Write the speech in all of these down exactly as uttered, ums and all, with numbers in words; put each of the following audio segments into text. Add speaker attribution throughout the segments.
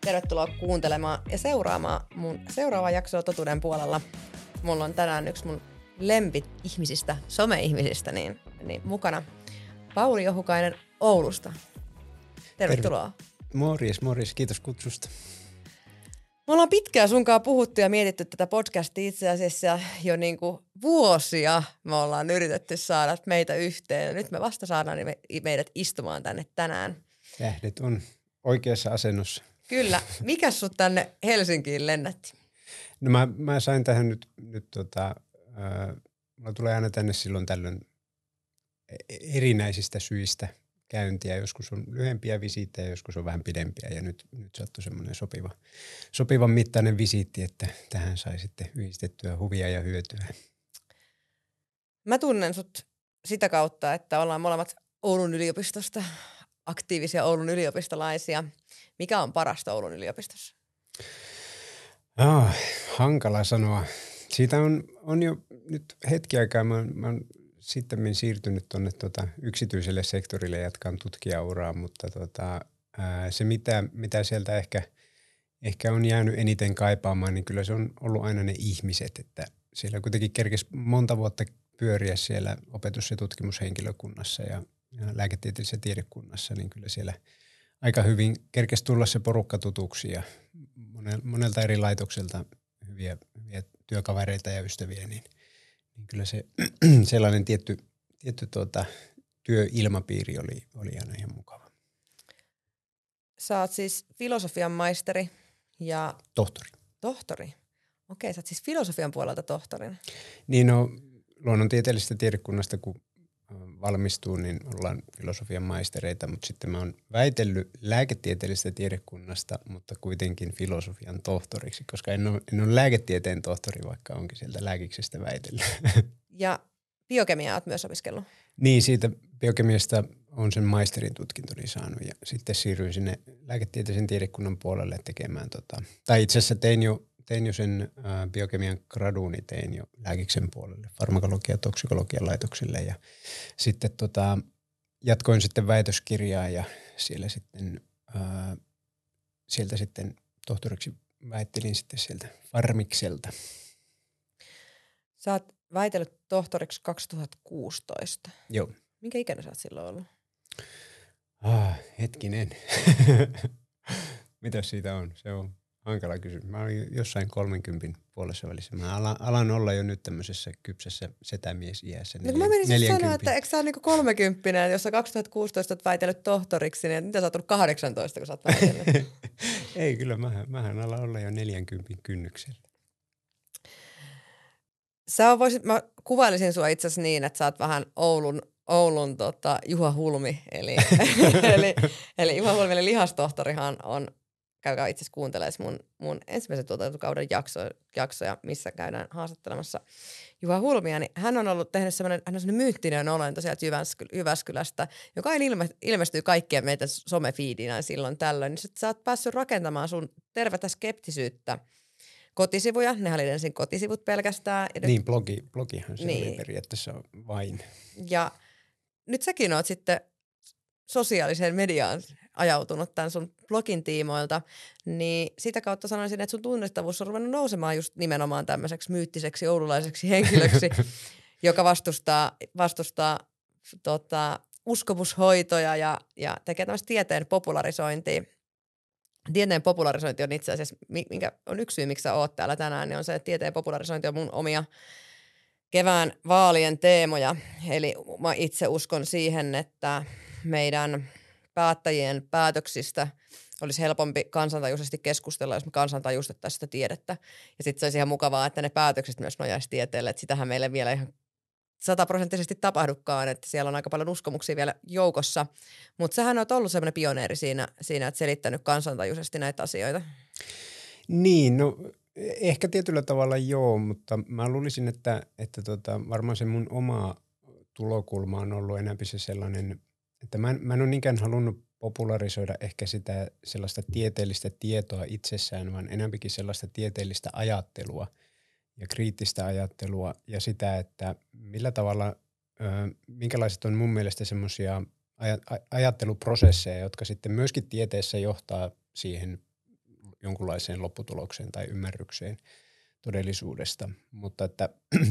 Speaker 1: Tervetuloa kuuntelemaan ja seuraamaan mun seuraavaa jaksoa Totuuden puolella. Mulla on tänään yksi mun lempit ihmisistä, some-ihmisistä, niin, niin mukana Pauli Johukainen Oulusta. Tervetuloa.
Speaker 2: Terve. Morjes, morjes. Kiitos kutsusta.
Speaker 1: Me ollaan pitkään sunkaan puhuttu ja mietitty tätä podcastia itse asiassa jo niin kuin vuosia. Me ollaan yritetty saada meitä yhteen. Nyt me vasta saadaan meidät istumaan tänne tänään.
Speaker 2: Tähdet on oikeassa asennossa.
Speaker 1: Kyllä. Mikäs sut tänne Helsinkiin lennätti?
Speaker 2: No mä, mä sain tähän nyt, nyt tota, äh, mulla tulee aina tänne silloin tällöin erinäisistä syistä käyntiä. Joskus on lyhyempiä visiittejä, joskus on vähän pidempiä ja nyt, nyt sattui semmoinen sopiva, sopivan mittainen visiitti, että tähän sai sitten yhdistettyä huvia ja hyötyä.
Speaker 1: Mä tunnen sut sitä kautta, että ollaan molemmat Oulun yliopistosta, aktiivisia Oulun yliopistolaisia. Mikä on parasta Oulun yliopistossa?
Speaker 2: Oh, hankala sanoa. Siitä on, on jo nyt hetki aikaa, mä, mä oon sitten siirtynyt tuonne tota yksityiselle sektorille jatkan tutkijauraa, mutta tota, ää, se mitä, mitä sieltä ehkä, ehkä on jäänyt eniten kaipaamaan, niin kyllä se on ollut aina ne ihmiset, että siellä kuitenkin kerkesi monta vuotta pyöriä siellä opetus- ja tutkimushenkilökunnassa ja, ja lääketieteellisessä tiedekunnassa, niin kyllä siellä aika hyvin kerkesi tulla se porukka tutuksi ja monelta eri laitokselta hyviä, hyviä työkavereita ja ystäviä, niin, niin kyllä se sellainen tietty, tietty tuota, työilmapiiri oli, oli aina ihan mukava.
Speaker 1: Sä oot siis filosofian maisteri ja...
Speaker 2: Tohtori.
Speaker 1: Tohtori. Okei, sä oot siis filosofian puolelta tohtorina.
Speaker 2: Niin no, luonnontieteellisestä tiedekunnasta kun valmistuu, niin ollaan filosofian maistereita, mutta sitten mä oon väitellyt lääketieteellisestä tiedekunnasta, mutta kuitenkin filosofian tohtoriksi, koska en ole, en ole lääketieteen tohtori, vaikka onkin sieltä lääkiksestä väitellyt.
Speaker 1: Ja biokemiaa oot myös opiskellut.
Speaker 2: Niin, siitä biokemiasta on sen maisterin tutkintoni saanut ja sitten siirryin sinne lääketieteellisen tiedekunnan puolelle tekemään, tota, tai itse asiassa tein jo Tein jo sen ä, biokemian graduuni, tein jo lääkiksen puolelle, farmakologia- ja toksikologian laitoksille ja sitten tota, jatkoin sitten väitöskirjaa ja siellä sitten, ä, sieltä sitten tohtoriksi väittelin sitten sieltä Farmikselta.
Speaker 1: Sä oot väitellyt tohtoriksi kaksituhattakuusitoista.
Speaker 2: Joo.
Speaker 1: Minkä ikäinen sä oot silloin ollut?
Speaker 2: Ah, hetkinen. Mitäs siitä on? Se on hankala kysymys. Mä olin jossain kolmenkympin puolessa välissä. Mä alan, alan olla jo nyt tämmöisessä kypsessä setämies-iässä.
Speaker 1: No mä menisin sanoa, että eikö sä ole niinku kolmekymppinen, jos sä kaksituhattakuusitoista oot väitellyt tohtoriksi, niin mitä sä oot tullut kahdeksantoista, kun sä oot väitellyt?
Speaker 2: Ei, kyllä mähän, mähän alan olla jo neljänkympin kynnyksellä.
Speaker 1: Sä voisit, mä kuvailisin sua itse asiassa niin, että sä oot vähän Oulun, Oulun tota, Juha Hulmi. Eli, eli, eli Juha Hulmi, eli lihastohtorihan on... Käykää itse asiassa kuuntelemaan mun, mun ensimmäisen tuotantokauden jakso, jaksoja, missä käydään haastattelemassa Juha Hulmia. Niin hän on ollut tehnyt semmoinen, hän on semmoinen myyttinen olento sieltä Jyväsky, Jyväskylästä, joka aina ilme, ilmestyy kaikkien meitä somefiidinä silloin tällöin. Niin sit sä oot päässyt rakentamaan sun tervettä skeptisyyttä kotisivuja. Nehän oli ensin kotisivut pelkästään.
Speaker 2: Niin, blogi, blogihan se
Speaker 1: niin.
Speaker 2: oli periaatteessa vain.
Speaker 1: Ja nyt säkin oot sitten sosiaaliseen mediaan ajautunut tämän sun blogin tiimoilta, niin sitä kautta sanoisin, että sun tunnistavuus on ruvennut nousemaan just nimenomaan tämmöiseksi myyttiseksi oululaiseksi henkilöksi, joka vastustaa, vastustaa tota, uskomushoitoja ja, ja tekee tämmöistä tieteen popularisointia. Tieteen popularisointi on itse asiassa, minkä on yksi syy, miksi sä oot täällä tänään, niin on se, että tieteen popularisointi on mun omia kevään vaalien teemoja. Eli mä itse uskon siihen, että meidän päättäjien päätöksistä olisi helpompi kansantajuisesti keskustella, jos me kansantajuistettaisiin sitä tiedettä. Ja sitten se olisi ihan mukavaa, että ne päätökset myös nojaisi tieteelle, että sitähän meille vielä ihan sataprosenttisesti tapahdukaan, että siellä on aika paljon uskomuksia vielä joukossa. Mutta sähän on ollut sellainen pioneeri siinä, siinä, että selittänyt kansantajuisesti näitä asioita.
Speaker 2: Niin, no ehkä tietyllä tavalla joo, mutta mä luulisin, että, että tota, varmaan se mun oma tulokulma on ollut enemmän se sellainen, että mä en, mä en ole niinkään halunnut popularisoida ehkä sitä sellaista tieteellistä tietoa itsessään, vaan enemmänkin sellaista tieteellistä ajattelua ja kriittistä ajattelua ja sitä, että millä tavalla, ö, minkälaiset on mun mielestä semmoisia ajatteluprosesseja, jotka sitten myöskin tieteessä johtaa siihen jonkunlaiseen lopputulokseen tai ymmärrykseen todellisuudesta. Mutta että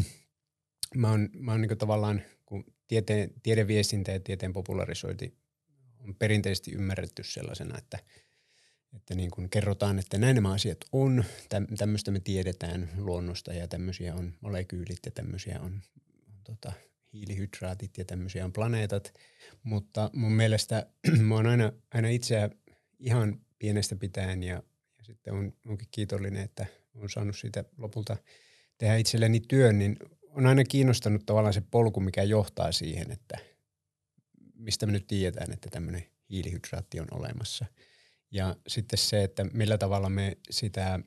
Speaker 2: mä oon, mä oon niin kuin tavallaan, kun tieteen, tiedeviestintä ja tieteen popularisointi on perinteisesti ymmärretty sellaisena, että, että niin kuin kerrotaan, että näin nämä asiat on, tämmöistä me tiedetään luonnosta ja tämmöisiä on molekyylit ja tämmöisiä on, on tota, hiilihydraatit ja tämmöisiä on planeetat, mutta mun mielestä mä oon aina, aina itseä ihan pienestä pitäen ja, ja sitten on, onkin kiitollinen, että on saanut siitä lopulta tehdä itselleni työn, niin on aina kiinnostanut tavallaan se polku, mikä johtaa siihen, että mistä me nyt tiedetään, että tämmöinen hiilihydraatti on olemassa. Ja sitten se, että millä tavalla me sitä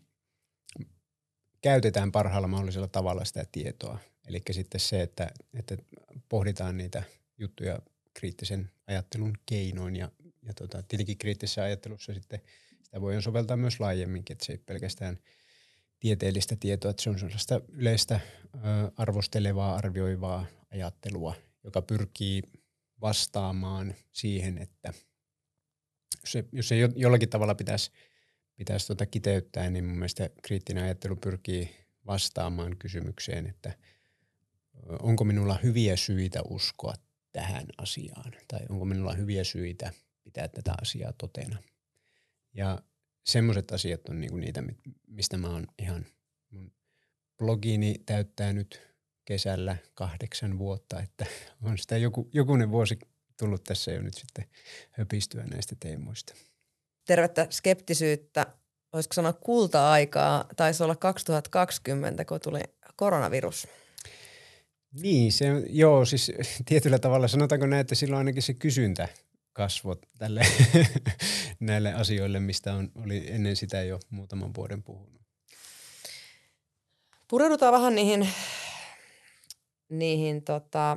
Speaker 2: käytetään parhaalla mahdollisella tavalla sitä tietoa. Eli sitten se, että, että pohditaan niitä juttuja kriittisen ajattelun keinoin ja, ja tota, tietenkin kriittisessä ajattelussa sitten sitä voi soveltaa myös laajemminkin, että se ei pelkästään tieteellistä tietoa, että se on sellaista yleistä ö, arvostelevaa, arvioivaa ajattelua, joka pyrkii vastaamaan siihen, että jos se, jos se jollakin tavalla pitäisi, pitäisi tuota kiteyttää, niin mun mielestä kriittinen ajattelu pyrkii vastaamaan kysymykseen, että onko minulla hyviä syitä uskoa tähän asiaan tai onko minulla hyviä syitä pitää tätä asiaa totena. Ja semmoiset asiat on niinku niitä, mistä mä oon ihan, mun blogini täyttää nyt kesällä kahdeksan vuotta, että on sitä joku, jokunen vuosi tullut tässä jo nyt sitten höpistyä näistä teemoista.
Speaker 1: Tervettä skeptisyyttä, voisiko sanoa kulta-aikaa, taisi olla kaksituhattakaksikymmentä, kun tuli koronavirus.
Speaker 2: Niin, se, joo, siis tietyllä tavalla sanotaanko näin, että silloin ainakin se kysyntä kasvoi tälle näille asioille, mistä on, oli ennen sitä jo muutaman vuoden puhunut.
Speaker 1: Pureudutaan vähän niihin, niihin tota,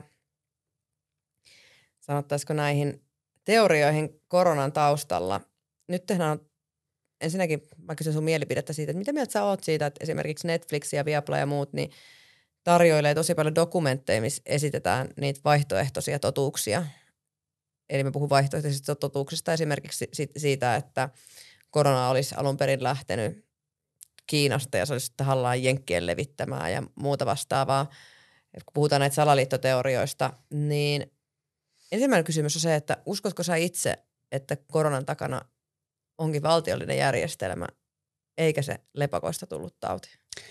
Speaker 1: sanottaisiko näihin teorioihin koronan taustalla. Nyt tehdään ensinnäkin, mä kysyn sun mielipidettä siitä, että mitä mieltä sä oot siitä, että esimerkiksi Netflix ja Viaplay ja muut, niin tarjoilee tosi paljon dokumentteja, missä esitetään niitä vaihtoehtoisia totuuksia. Eli mä puhun vaihtoehtoisista totuuksista esimerkiksi siitä, että korona olisi alun perin lähtenyt Kiinasta ja se olisi tahallaan jenkkien levittämään ja muuta vastaavaa. Et kun puhutaan näitä salaliittoteorioista, niin ensimmäinen kysymys on se, että uskotko sä itse, että koronan takana onkin valtiollinen järjestelmä, eikä se lepakoista tullut tauti?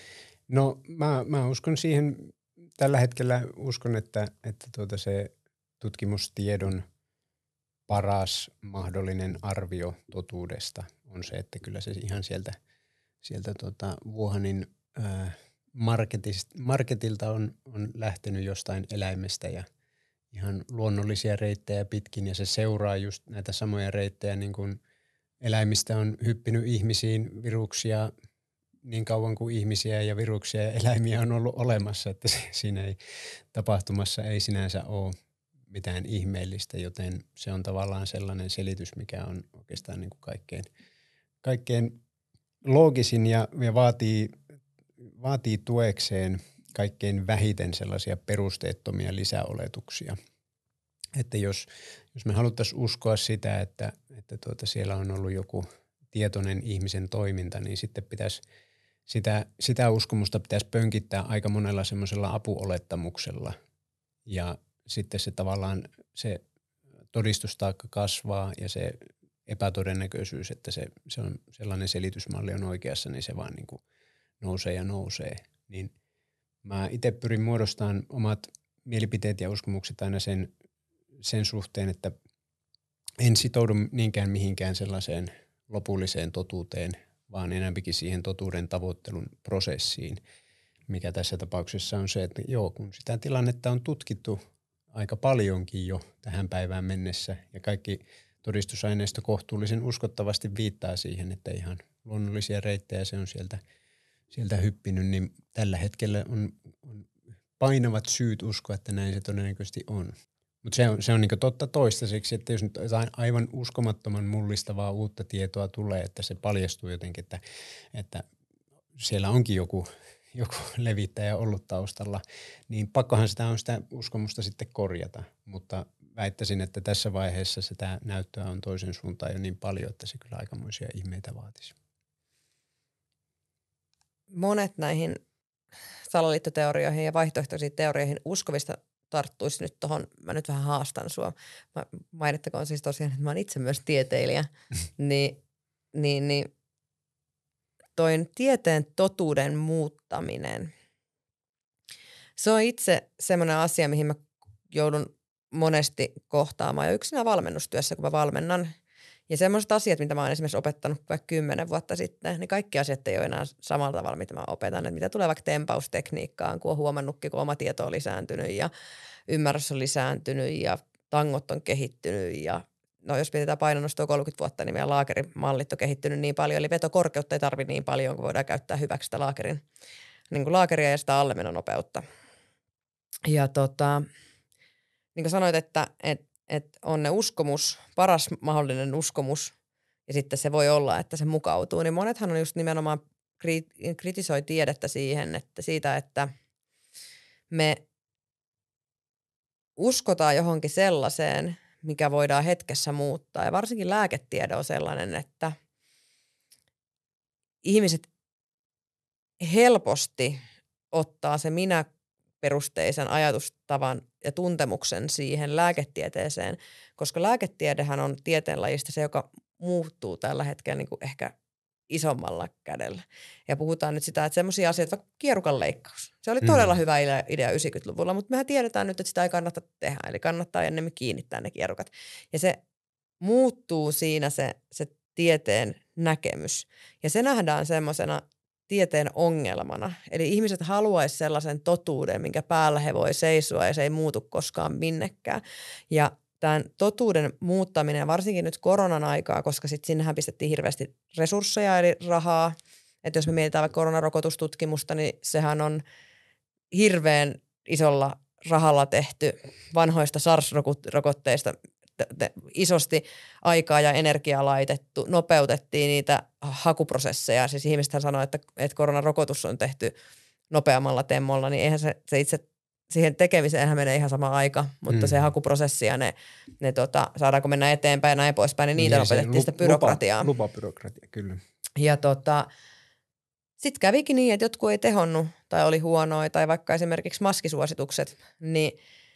Speaker 2: No mä, mä uskon siihen, tällä hetkellä uskon, että, että tuota se tutkimustiedon paras mahdollinen arvio totuudesta on se, että kyllä se ihan sieltä, sieltä tuota Wuhanin ää, marketilta on, on lähtenyt jostain eläimestä ja ihan luonnollisia reittejä pitkin ja se seuraa just näitä samoja reittejä, niin kuin eläimistä on hyppinyt ihmisiin viruksia niin kauan kuin ihmisiä ja viruksia ja eläimiä on ollut olemassa, että siinä ei, tapahtumassa ei sinänsä ole mitään ihmeellistä, joten se on tavallaan sellainen selitys, mikä on oikeastaan niin kuin kaikkein, kaikkein loogisin ja, ja vaatii, vaatii tuekseen kaikkein vähiten sellaisia perusteettomia lisäoletuksia. Että jos, jos me haluttaisiin uskoa sitä, että, että tuota siellä on ollut joku tietoinen ihmisen toiminta, niin sitten pitäisi sitä, sitä uskomusta pitäisi pönkittää aika monella semmoisella apuolettamuksella ja sitten se tavallaan se todistustaakka kasvaa ja se epätodennäköisyys, että se, se on sellainen selitysmalli on oikeassa, niin se vaan niin kuin nousee ja nousee. Niin mä itse pyrin muodostamaan omat mielipiteet ja uskomukset aina sen, sen suhteen, että en sitoudu niinkään mihinkään sellaiseen lopulliseen totuuteen, vaan enemmänkin siihen totuuden tavoittelun prosessiin, mikä tässä tapauksessa on se, että joo, kun sitä tilannetta on tutkittu aika paljonkin jo tähän päivään mennessä ja kaikki todistusaineisto kohtuullisen uskottavasti viittaa siihen, että ihan luonnollisia reittejä se on sieltä, sieltä hyppinyt, niin tällä hetkellä on, on painavat syyt uskoa, että näin se todennäköisesti on. Mutta se on, se on niinku totta toistaiseksi, että jos nyt jotain aivan uskomattoman mullistavaa uutta tietoa tulee, että se paljastuu jotenkin, että, että siellä onkin joku, joku levittäjä ollut taustalla, niin pakkohan sitä on sitä uskomusta sitten korjata. Mutta väittäisin, että tässä vaiheessa sitä näyttöä on toisen suuntaan jo niin paljon, että se kyllä aikamoisia ihmeitä vaatisi.
Speaker 1: monet näihin salaliittoteorioihin ja vaihtoehtoisiin teorioihin uskovista tarttuisi nyt tuohon, mä nyt vähän haastan sua. Mä mainittakoon siis tosiaan, että mä oon itse myös tieteilijä, niin, niin, niin toi tieteen totuuden muuttaminen, se on itse semmoinen asia, mihin mä joudun monesti kohtaamaan. Ja yksinä valmennustyössä, kun mä valmennan. Ja semmoiset asiat, mitä mä oon esimerkiksi opettanut vaikka kymmenen vuotta sitten, niin kaikki asiat ei ole enää samalla tavalla, mitä mä opetan. Että mitä tulee vaikka tempaustekniikkaan, kun on huomannutkin, kun oma tieto on lisääntynyt ja ymmärrys on lisääntynyt ja tangot on kehittynyt. Ja no jos pidetään painonnostoa kolmekymmentä vuotta, niin meidän laakerimallit on kehittynyt niin paljon. Eli vetokorkeutta ei tarvitse niin paljon, kun voidaan käyttää hyväksi sitä laakerin, niin kuin laakeria ja sitä allemenonopeutta. Ja tota, niin kuin sanoit, että et, et on ne uskomus, paras mahdollinen uskomus, ja sitten se voi olla, että se mukautuu, niin monethan on just nimenomaan kri- kritisoi tiedettä siihen, että siitä, että me uskotaan johonkin sellaiseen, mikä voidaan hetkessä muuttaa. Ja varsinkin lääketiede on sellainen, että ihmiset helposti ottaa se minä perusteisen ajatustavan ja tuntemuksen siihen lääketieteeseen, koska lääketiedehän on tieteenlajista se, joka muuttuu tällä hetkellä niin kuin ehkä isommalla kädellä. Ja puhutaan nyt sitä, että semmoisia asioita, vaikka kierukan leikkaus. Se oli todella mm. hyvä idea yhdeksänkymmentäluvulla, mutta mehän tiedetään nyt, että sitä ei kannata tehdä. Eli kannattaa ennemmin kiinnittää ne kierukat. Ja se muuttuu siinä se, se tieteen näkemys. Ja se nähdään semmoisena tieteen ongelmana. Eli ihmiset haluaisi sellaisen totuuden, minkä päällä he voi seisoa ja se ei muutu koskaan minnekään. Ja tämän totuuden muuttaminen, varsinkin nyt koronan aikaa, koska sitten sinnehän pistettiin hirveästi resursseja eli rahaa. Että jos me mietitään vaikka koronarokotustutkimusta, niin sehän on hirveän isolla rahalla tehty vanhoista SARS-rokotteista isosti aikaa ja energiaa laitettu, nopeutettiin niitä hakuprosesseja. Siis ihmisethän sanoo, että, että koronarokotus on tehty nopeammalla temmolla, niin eihän se, se itse siihen tekemiseenhän menee ihan sama aika, mutta mm. se hakuprosessi ja ne, ne tota, saadaanko mennä eteenpäin ja näin poispäin, niin niitä nopeutettiin lupa, sitä byrokratiaa.
Speaker 2: Lupa, lupabyrokratia, kyllä.
Speaker 1: Ja tota, sitten kävikin niin, että jotkut ei tehonnut tai oli huonoja tai vaikka esimerkiksi maskisuositukset, niin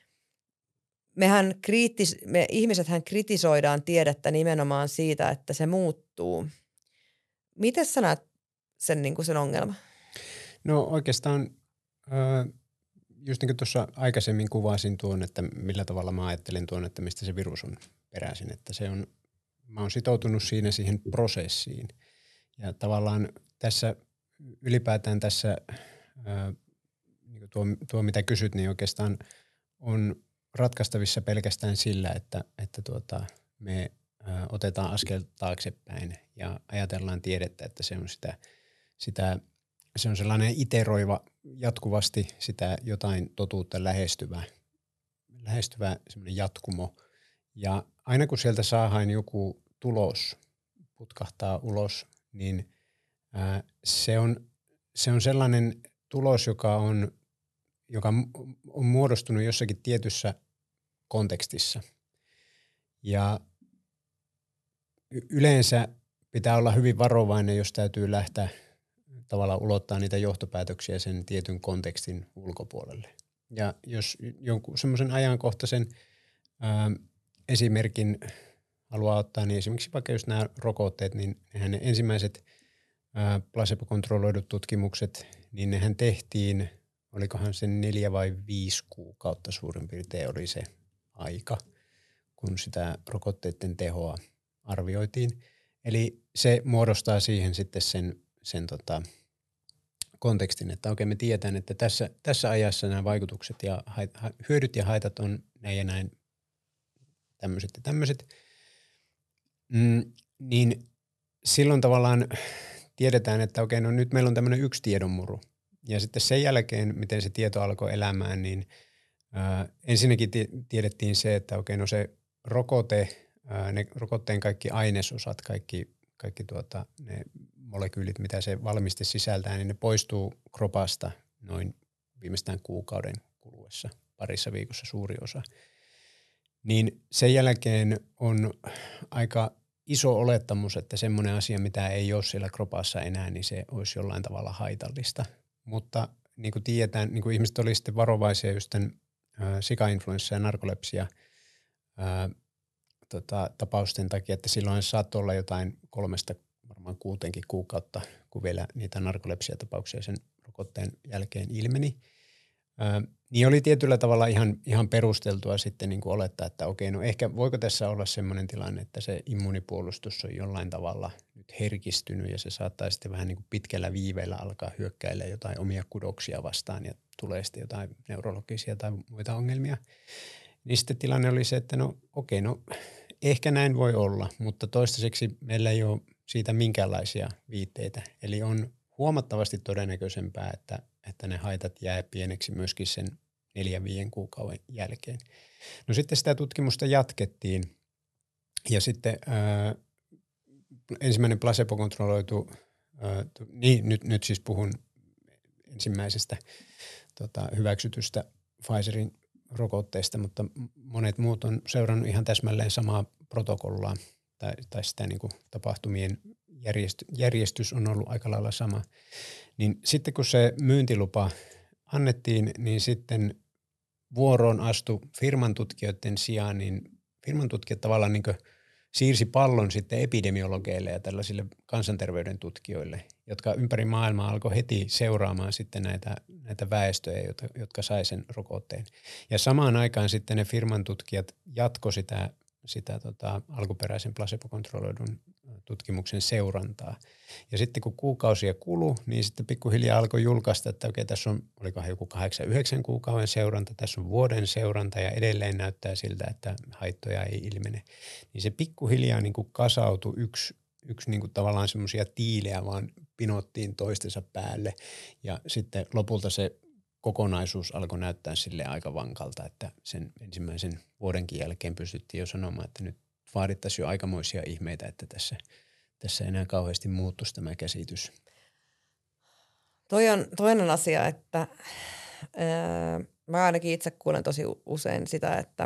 Speaker 1: mehän kriittis, me ihmisethän kritisoidaan tiedettä nimenomaan siitä, että se muuttuu. Miten sä näet sen, niin kuin sen ongelma?
Speaker 2: No oikeastaan äh, just niin kuin tuossa aikaisemmin kuvasin tuon, että millä tavalla mä ajattelin tuon, että mistä se virus on peräisin. Että se on, mä oon sitoutunut siinä siihen prosessiin. Ja tavallaan tässä ylipäätään tässä, äh, niin kuin tuo, tuo mitä kysyt, niin oikeastaan on ratkaistavissa pelkästään sillä, että, että tuota, me ö, otetaan askel taaksepäin ja ajatellaan tiedettä, että se on sitä, sitä se on sellainen iteroiva jatkuvasti sitä jotain totuutta lähestyvä, lähestyvä semmoinen jatkumo. Ja aina kun sieltä saadaan joku tulos, putkahtaa ulos, niin ää, se, on, se on sellainen tulos, joka on joka on muodostunut jossakin tietyssä kontekstissa. Ja yleensä pitää olla hyvin varovainen, jos täytyy lähteä tavallaan ulottaa niitä johtopäätöksiä sen tietyn kontekstin ulkopuolelle. Ja jos jonkun semmoisen ajankohtaisen ää, esimerkin haluaa ottaa, niin esimerkiksi vaikka just nämä rokotteet, niin nehän ne ensimmäiset ää, placebo-kontrolloidut tutkimukset, niin nehän tehtiin, olikohan se neljä vai viisi kuukautta suurin piirtein oli se aika, kun sitä rokotteiden tehoa arvioitiin. Eli se muodostaa siihen sitten sen, sen tota kontekstin, että oikein me tiedetään, että tässä, tässä ajassa nämä vaikutukset ja hait, hyödyt ja haitat on näin ja näin tämmöiset ja tämmöiset. Mm, niin silloin tavallaan tiedetään, että okei, no nyt meillä on tämmöinen yksi tiedonmuru. Ja sitten sen jälkeen, miten se tieto alkoi elämään, niin ää, ensinnäkin t- tiedettiin se, että okei, no se rokote, ää, ne rokotteen kaikki ainesosat, kaikki, kaikki tuota, ne molekyylit, mitä se valmiste sisältää, niin ne poistuu kropasta noin viimeistään kuukauden kuluessa, parissa viikossa suuri osa. Niin sen jälkeen on aika iso olettamus, että semmoinen asia, mitä ei ole siellä kropassa enää, niin se olisi jollain tavalla haitallista. Mutta niin kuin tiedetään, niin kuin ihmiset oli sitten varovaisia just tämän ä, sikainfluenssa ja narkolepsia ä, tota, tapausten takia, että silloin saattoi olla jotain kolmesta varmaan kuutenkin kuukautta, kun vielä niitä narkolepsiatapauksia sen rokotteen jälkeen ilmeni. Ää, niin oli tietyllä tavalla ihan, ihan perusteltua sitten niin kuin olettaa, että okei, no ehkä voiko tässä olla semmoinen tilanne, että se immunipuolustus on jollain tavalla nyt herkistynyt ja se saattaa sitten vähän niin kuin pitkällä viiveellä alkaa hyökkäillä jotain omia kudoksia vastaan ja tulee sitten jotain neurologisia tai muita ongelmia. Niin sitten tilanne oli se, että no okei, no ehkä näin voi olla, mutta toistaiseksi meillä ei ole siitä minkäänlaisia viitteitä. Eli on huomattavasti todennäköisempää, että, että ne haitat jää pieneksi myöskin sen neljän viiden kuukauden jälkeen. No sitten sitä tutkimusta jatkettiin ja sitten ää, ensimmäinen placebo-kontrolloitu, ää, niin nyt, nyt siis puhun ensimmäisestä tota, hyväksytystä Pfizerin rokotteista, mutta monet muut on seurannut ihan täsmälleen samaa protokollaa tai, tai sitä niin kuin tapahtumien järjesty, järjestys on ollut aika lailla sama. Niin sitten kun se myyntilupa annettiin, niin sitten vuoroon astui firman tutkijoiden sijaan, niin firman tutkijat tavallaan niin kuin siirsi pallon sitten epidemiologeille ja tällaisille kansanterveyden tutkijoille, jotka ympäri maailmaa alkoi heti seuraamaan sitten näitä, näitä väestöjä, jotka, jotka sai sen rokotteen. Ja samaan aikaan sitten ne firman tutkijat jatkoi sitä, sitä tota, alkuperäisen placebo-kontrolloidun tutkimuksen seurantaa. Ja sitten kun kuukausia kului, niin sitten pikkuhiljaa alkoi julkaista, että okei, tässä on, olikohan joku kahdeksan, yhdeksän kuukauden seuranta, tässä on vuoden seuranta ja edelleen näyttää siltä, että haittoja ei ilmene. Niin se pikkuhiljaa niin kuin kasautui yksi, yksi niin kuin tavallaan semmoisia tiilejä vaan pinottiin toistensa päälle ja sitten lopulta se kokonaisuus alkoi näyttää sille aika vankalta, että sen ensimmäisen vuodenkin jälkeen pystyttiin jo sanomaan, että nyt vaadittaisiin jo aikamoisia ihmeitä, että tässä, tässä enää kauheasti muuttuisi tämä käsitys.
Speaker 1: Toi on toinen asia, että ää, mä ainakin itse kuulen tosi usein sitä, että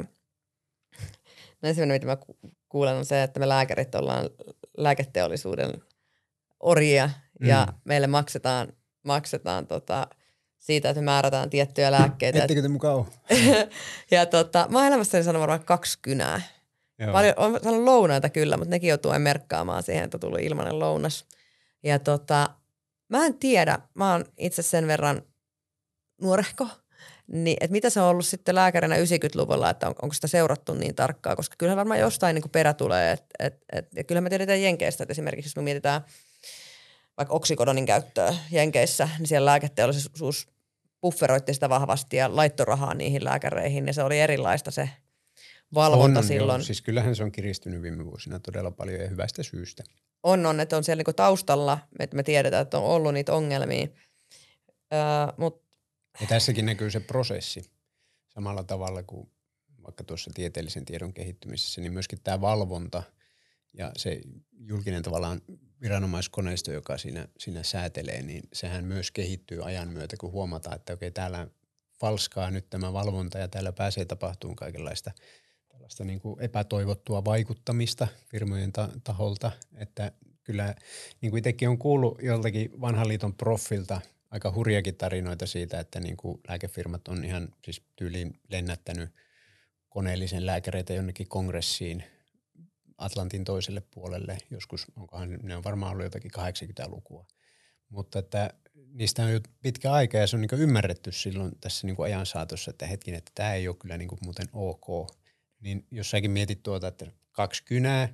Speaker 1: no ensimmäinen, mitä mä kuulen, on se, että me lääkärit ollaan lääketeollisuuden orjia mm. ja meille maksetaan, maksetaan tota, siitä, että me määrätään tiettyjä lääkkeitä.
Speaker 2: Ettekö te mukaan ole?
Speaker 1: Ja tota, mä oon elämässäni sanonut varmaan kaksi kynää. Paljon, on saanut lounaita kyllä, mutta nekin joutuu merkkaamaan siihen, että on tullut ilmainen lounas. Ja tota, mä en tiedä, mä oon itse sen verran nuorehko, niin että mitä se on ollut sitten lääkärinä yhdeksänkymmentäluvulla, että on, onko sitä seurattu niin tarkkaa, koska kyllähän varmaan jostain niin kuin perä tulee. Et, et, et, ja kyllähän me tiedetään Jenkeistä, että esimerkiksi jos me mietitään vaikka oksikodonin käyttöä Jenkeissä, niin siellä lääketeollisuus bufferoitti sitä vahvasti ja laittoi rahaa niihin lääkäreihin ja se oli erilaista se valvonta
Speaker 2: on,
Speaker 1: silloin.
Speaker 2: Joo. Siis kyllähän se on kiristynyt viime vuosina todella paljon ja hyvästä syystä.
Speaker 1: On, on, että on siellä niinku taustalla, että me tiedetään, että on ollut niitä ongelmia. Öö, mut.
Speaker 2: Ja tässäkin näkyy se prosessi samalla tavalla kuin vaikka tuossa tieteellisen tiedon kehittymisessä, niin myöskin tämä valvonta ja se julkinen tavallaan viranomaiskoneisto, joka siinä, siinä säätelee, niin sehän myös kehittyy ajan myötä, kun huomataan, että okei, täällä falskaa nyt tämä valvonta ja täällä pääsee tapahtumaan kaikenlaista tällaista niin kuin epätoivottua vaikuttamista firmojen ta- taholta, että kyllä niin kuin itsekin on kuullut joltakin vanhan liiton proffilta aika hurjakin tarinoita siitä, että niin kuin lääkefirmat on ihan siis tyyliin lennättänyt koneellisen lääkäreitä jonnekin kongressiin Atlantin toiselle puolelle. Joskus, onkohan ne on varmaan ollut jotakin kahdeksankymmentälukua. Mutta että niistä on jo pitkä aika ja se on niin kuin ymmärretty silloin tässä niin kuin ajan saatossa, että hetkin, että tämä ei ole kyllä niin kuin muuten ok. Niin jos säkin mietit tuota, että kaksi kynää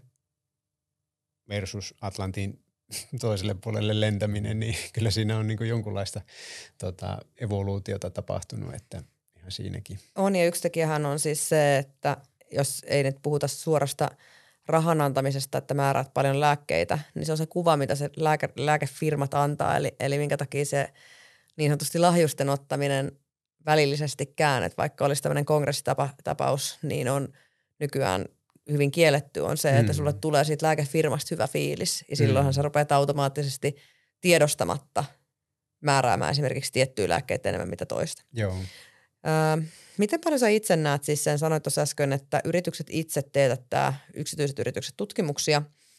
Speaker 2: versus Atlantin toiselle puolelle lentäminen, niin kyllä siinä on niin kuin jonkunlaista tota, evoluutiota tapahtunut, että ihan siinäkin.
Speaker 1: On ja yksi tekijähän on siis se, että jos ei nyt puhuta suorasta rahan antamisesta, että määräät paljon lääkkeitä, niin se on se kuva, mitä se lääke, lääkefirmat antaa, eli, eli minkä takia se niin sanotusti lahjusten ottaminen välillisestikään, että vaikka olisi tämmöinen kongressitapaus, niin on nykyään hyvin kielletty, on se, että mm. sulle tulee siitä lääkefirmasta hyvä fiilis, ja silloinhan mm. sä rupeat automaattisesti tiedostamatta määräämään esimerkiksi tiettyjä lääkkeitä enemmän mitä toista.
Speaker 2: Joo.
Speaker 1: Öö, miten paljon sä itse näet, siis sen sanoit tuossa äsken, että yritykset itse teetättää, yksityiset yritykset tutkimuksia,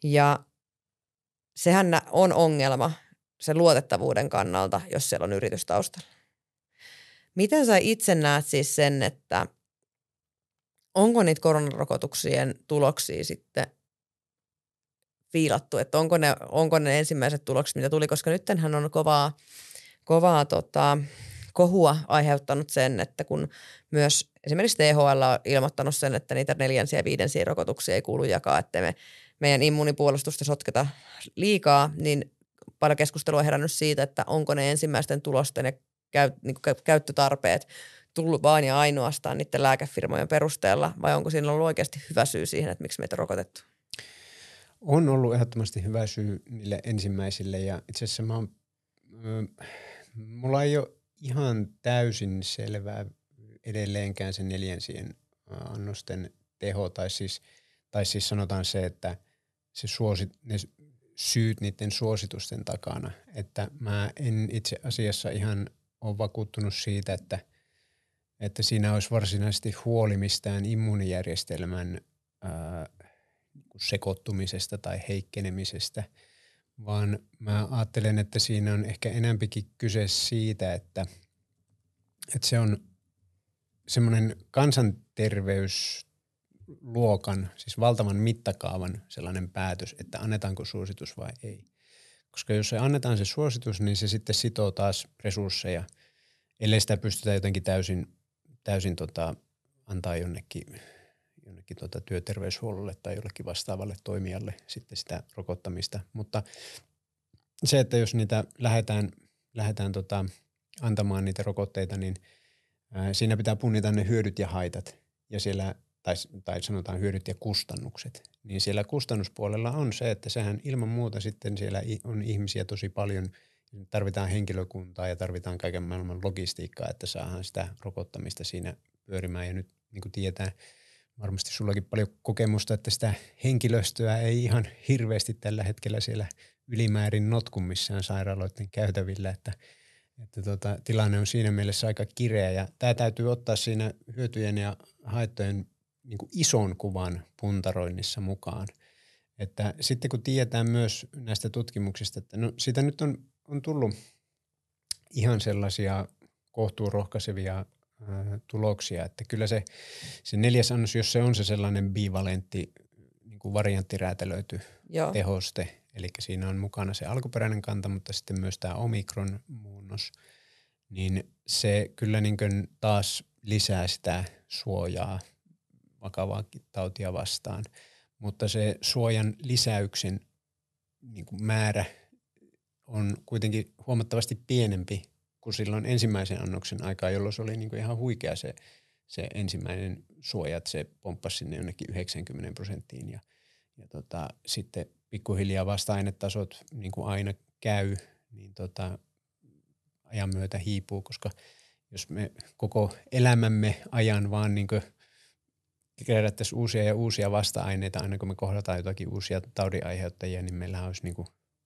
Speaker 1: Ja sehän on ongelma sen luotettavuuden kannalta, jos siellä on yritys taustalla. Miten sä itse näet siis sen, että onko niitä koronarokotuksien tuloksia sitten fiilattu, että onko ne, onko ne ensimmäiset tulokset, mitä tuli, koska nyttenhän on kovaa, kovaa tota, kohua aiheuttanut sen, että kun myös esimerkiksi T H L on ilmoittanut sen, että niitä neljänsiä ja viidensiä rokotuksia ei kuulu jakaa, että me meidän immuunipuolustusta sotketa liikaa, niin paljon keskustelua on herännyt siitä, että onko ne ensimmäisten tulosten ja käy, niin kuin käyttötarpeet tullut vain ja ainoastaan niiden lääkefirmojen perusteella, vai onko siinä ollut oikeasti hyvä syy siihen, että miksi meitä on rokotettu?
Speaker 2: On ollut ehdottomasti hyvä syy niille ensimmäisille ja itse asiassa mä oon, äh, mulla ei ole ihan täysin selvää edelleenkään sen neljänsien annosten teho tai siis, tai siis sanotaan se, että se suosit, ne syyt niiden suositusten takana, että mä en itse asiassa ihan ole vakuuttunut siitä, että, että siinä olisi varsinaisesti huoli mistään immuunijärjestelmän ää, sekoittumisesta tai heikkenemisestä, vaan mä ajattelen, että siinä on ehkä enemmänkin kyse siitä, että, että se on semmoinen kansanterveysluokan, siis valtavan mittakaavan sellainen päätös, että annetaanko suositus vai ei. Koska jos se annetaan se suositus, niin se sitten sitoo taas resursseja, ellei sitä pystytä jotenkin täysin, täysin tota, antaa jonnekin, jonnekin tota työterveyshuollolle tai jollekin vastaavalle toimijalle sitten sitä rokottamista. Mutta se, että jos niitä lähdetään, lähdetään tota, antamaan niitä rokotteita, niin ää, siinä pitää punnita ne hyödyt ja haitat ja siellä, tai, tai sanotaan hyödyt ja kustannukset. Niin siellä kustannuspuolella on se, että sehän ilman muuta sitten siellä on ihmisiä tosi paljon, tarvitaan henkilökuntaa ja tarvitaan kaiken maailman logistiikkaa, että saadaan sitä rokottamista siinä pyörimään. Ja nyt niin kuin tietää, varmasti sullakin paljon kokemusta, että sitä henkilöstöä ei ihan hirveästi tällä hetkellä siellä ylimäärin notku missään sairaaloiden käytävillä, että, että tota, tilanne on siinä mielessä aika kireä. Ja tämä täytyy ottaa siinä hyötyjen ja haittojen niin kuin ison kuvan puntaroinnissa mukaan. Että sitten kun tiedetään myös näistä tutkimuksista, että no sitä nyt on, on tullut ihan sellaisia kohtuurohkaisevia ää, tuloksia, että kyllä se, se neljäs annos, jos se on se sellainen bivalentti niin kuin varianttiräätälöity Joo. tehoste, eli siinä on mukana se alkuperäinen kanta, mutta sitten myös tämä omikron-muunnos, niin se kyllä niin kuin taas lisää sitä suojaa vakavaa tautia vastaan. Mutta se suojan lisäyksen niin kuin määrä on kuitenkin huomattavasti pienempi kuin silloin ensimmäisen annoksen aikaa, jolloin se oli niin kuin ihan huikea se, se ensimmäinen suoja, että se pomppasi sinne jonnekin yhdeksänkymmentä prosenttiin. Ja, ja tota, sitten pikkuhiljaa vasta-ainetasot, niin kuin aina käy, niin tota, ajan myötä hiipuu, koska jos me koko elämämme ajan vaan niin kuin kerättäisiin uusia ja uusia vasta-aineita, aina kun me kohdataan jotakin uusia taudinaiheuttajia, niin meillähän olisi niin kuin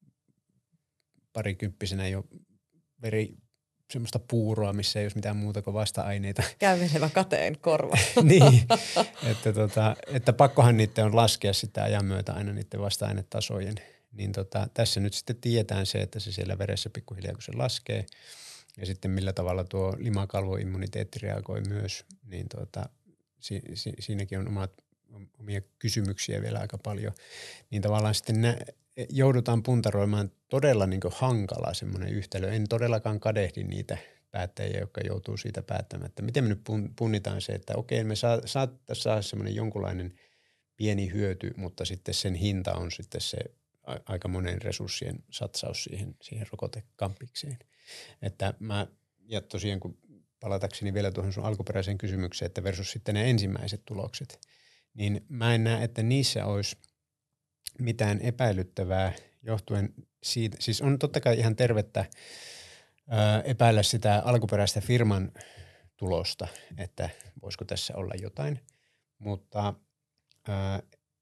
Speaker 2: parikymppisenä jo veri semmoista puuroa, missä ei olisi mitään muuta kuin vasta-aineita.
Speaker 1: Kävelevä kateen korva.
Speaker 2: Niin, että, tota, että pakkohan niiden on laskea sitä ajan myötä aina niiden vasta-ainetasojen. Niin tota, tässä nyt sitten tiedetään se, että se siellä veressä pikkuhiljaa kun se laskee ja sitten millä tavalla tuo limakalvoimmuniteetti reagoi myös, niin tota, Si, si, siinäkin on omat, omia kysymyksiä vielä aika paljon, niin tavallaan sitten nä, joudutaan puntaroimaan todella niin kuin hankala semmoinen yhtälö. En todellakaan kadehdi niitä päättäjiä, jotka joutuu siitä päättämään, että miten me nyt punnitaan se, että okei, me saa, saattaisiin saada semmoinen jonkunlainen pieni hyöty, mutta sitten sen hinta on sitten se aika monen resurssien satsaus siihen, siihen rokotekampikseen. Että mä, ja tosiaan kun palatakseni vielä tuohon sun alkuperäiseen kysymykseen, että versus sitten ne ensimmäiset tulokset, niin mä en näe, että niissä olisi mitään epäilyttävää johtuen siitä, siis on totta kai ihan tervettä ää, epäillä sitä alkuperäistä firman tulosta, että voisiko tässä olla jotain, mutta ää,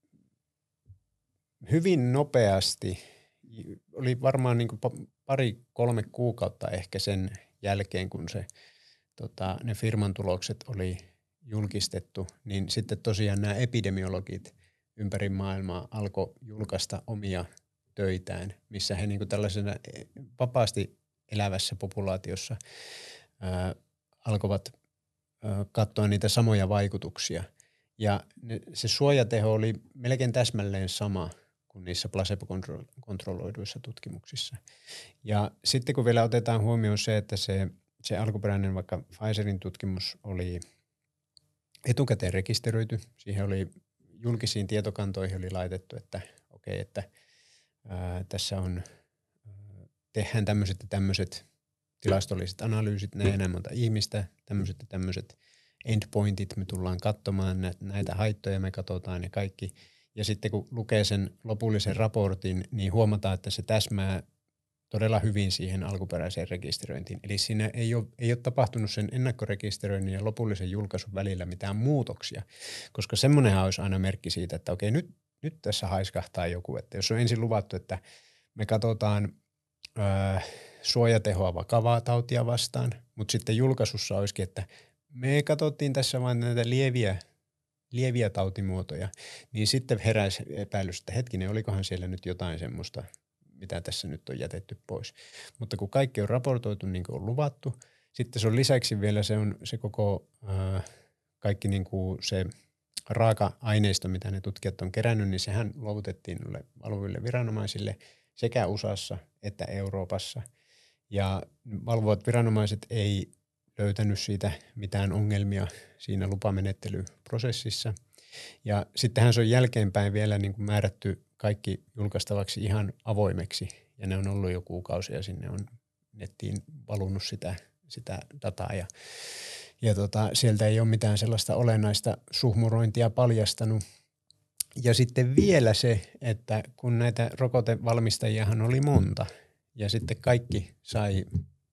Speaker 2: hyvin nopeasti, oli varmaan niin kuin pari, kolme kuukautta ehkä sen jälkeen, kun se Tota, ne firman tulokset oli julkistettu, niin sitten tosiaan nämä epidemiologit ympäri maailmaa alkoi julkaista omia töitään, missä he niin kuin tällaisena vapaasti elävässä populaatiossa ää, alkoivat ää, katsoa niitä samoja vaikutuksia. Ja ne, se suojateho oli melkein täsmälleen sama kuin niissä placebo-kontrolloiduissa tutkimuksissa. Ja sitten kun vielä otetaan huomioon se, että se, se alkuperäinen vaikka Pfizerin tutkimus oli etukäteen rekisteröity, siihen oli julkisiin tietokantoihin oli laitettu, että okei, okay, että ää, tässä on, tehdään tämmöiset ja tämmöiset tilastolliset analyysit, näin enää monta ihmistä, tämmöiset ja tämmöiset endpointit, me tullaan katsomaan näitä haittoja, me katsotaan ja kaikki. Ja sitten kun lukee sen lopullisen raportin, niin huomataan, että se täsmää todella hyvin siihen alkuperäiseen rekisteröintiin. Eli siinä ei ole, ei ole tapahtunut sen ennakkorekisteröinnin ja lopullisen julkaisun välillä mitään muutoksia, koska semmoinenhan olisi aina merkki siitä, että okei, nyt, nyt tässä haiskahtaa joku. Että jos on ensin luvattu, että me katsotaan öö, suojatehoa vakavaa tautia vastaan, mutta sitten julkaisussa olisikin, että me katsottiin tässä vain näitä lieviä, lieviä tautimuotoja, niin sitten heräisi epäilys, että hetkinen, olikohan siellä nyt jotain semmoista, mitä tässä nyt on jätetty pois. Mutta kun kaikki on raportoitu niin kuin on luvattu, sitten se on lisäksi vielä se, on se koko ää, kaikki niin kuin se raaka-aineisto, mitä ne tutkijat on kerännyt, niin sehän luovutettiin valvoville viranomaisille sekä U S A:ssa että Euroopassa. Ja valvovat viranomaiset ei löytänyt siitä mitään ongelmia siinä lupamenettelyprosessissa. Ja sittenhän se on jälkeenpäin vielä niin kuin määrätty kaikki julkaistavaksi ihan avoimeksi. Ja ne on ollut jo kuukausia, sinne on nettiin valunut sitä, sitä dataa. Ja, ja tota, sieltä ei ole mitään sellaista olennaista suhmurointia paljastanut. Ja sitten vielä se, että kun näitä rokotevalmistajiahan oli monta, ja sitten kaikki sai,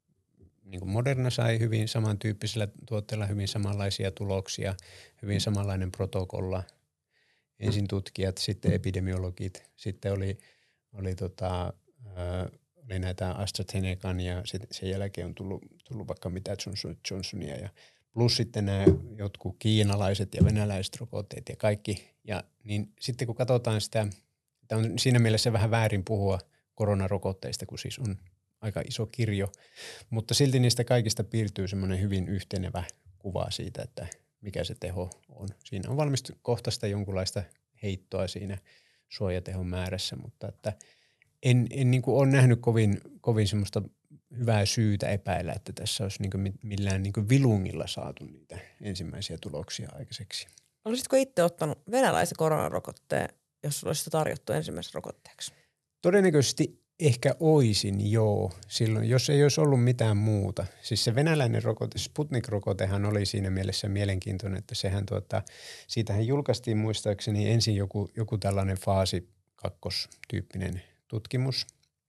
Speaker 2: niin kuin Moderna sai hyvin samantyyppisellä tuotteella hyvin samanlaisia tuloksia, hyvin samanlainen protokolla. Ensin tutkijat, sitten epidemiologit, sitten oli, oli, tota, äh, oli näitä AstraZenecan ja sit sen jälkeen on tullut, tullut vaikka mitä Johnson Johnsonia ja plus sitten nämä jotkut kiinalaiset ja venäläiset rokotteet ja kaikki. Ja niin sitten kun katsotaan sitä, tämä on siinä mielessä vähän väärin puhua koronarokotteista, kun siis on aika iso kirjo, mutta silti niistä kaikista piirtyy semmoinen hyvin yhtenevä kuva siitä, että mikä se teho on. Siinä on valmistu kohtaista jonkunlaista heittoa siinä suojatehon määrässä, mutta että en, en niin kuin ole nähnyt kovin, kovin semmoista hyvää syytä epäillä, että tässä olisi niin kuin millään niin kuin vilungilla saatu niitä ensimmäisiä tuloksia aikaiseksi.
Speaker 1: Olisitko itse ottanut venäläisen koronarokotteen, jos sulla olisi sitä tarjottu ensimmäisen rokotteeksi?
Speaker 2: Todennäköisesti ehkä oisin, joo, silloin, jos ei olisi ollut mitään muuta. Siis se venäläinen rokote, Sputnik-rokotehan oli siinä mielessä mielenkiintoinen, että sehän tuota, siitähän julkaistiin muistaakseni ensin joku, joku tällainen faasi kakkostyyppinen tutkimus.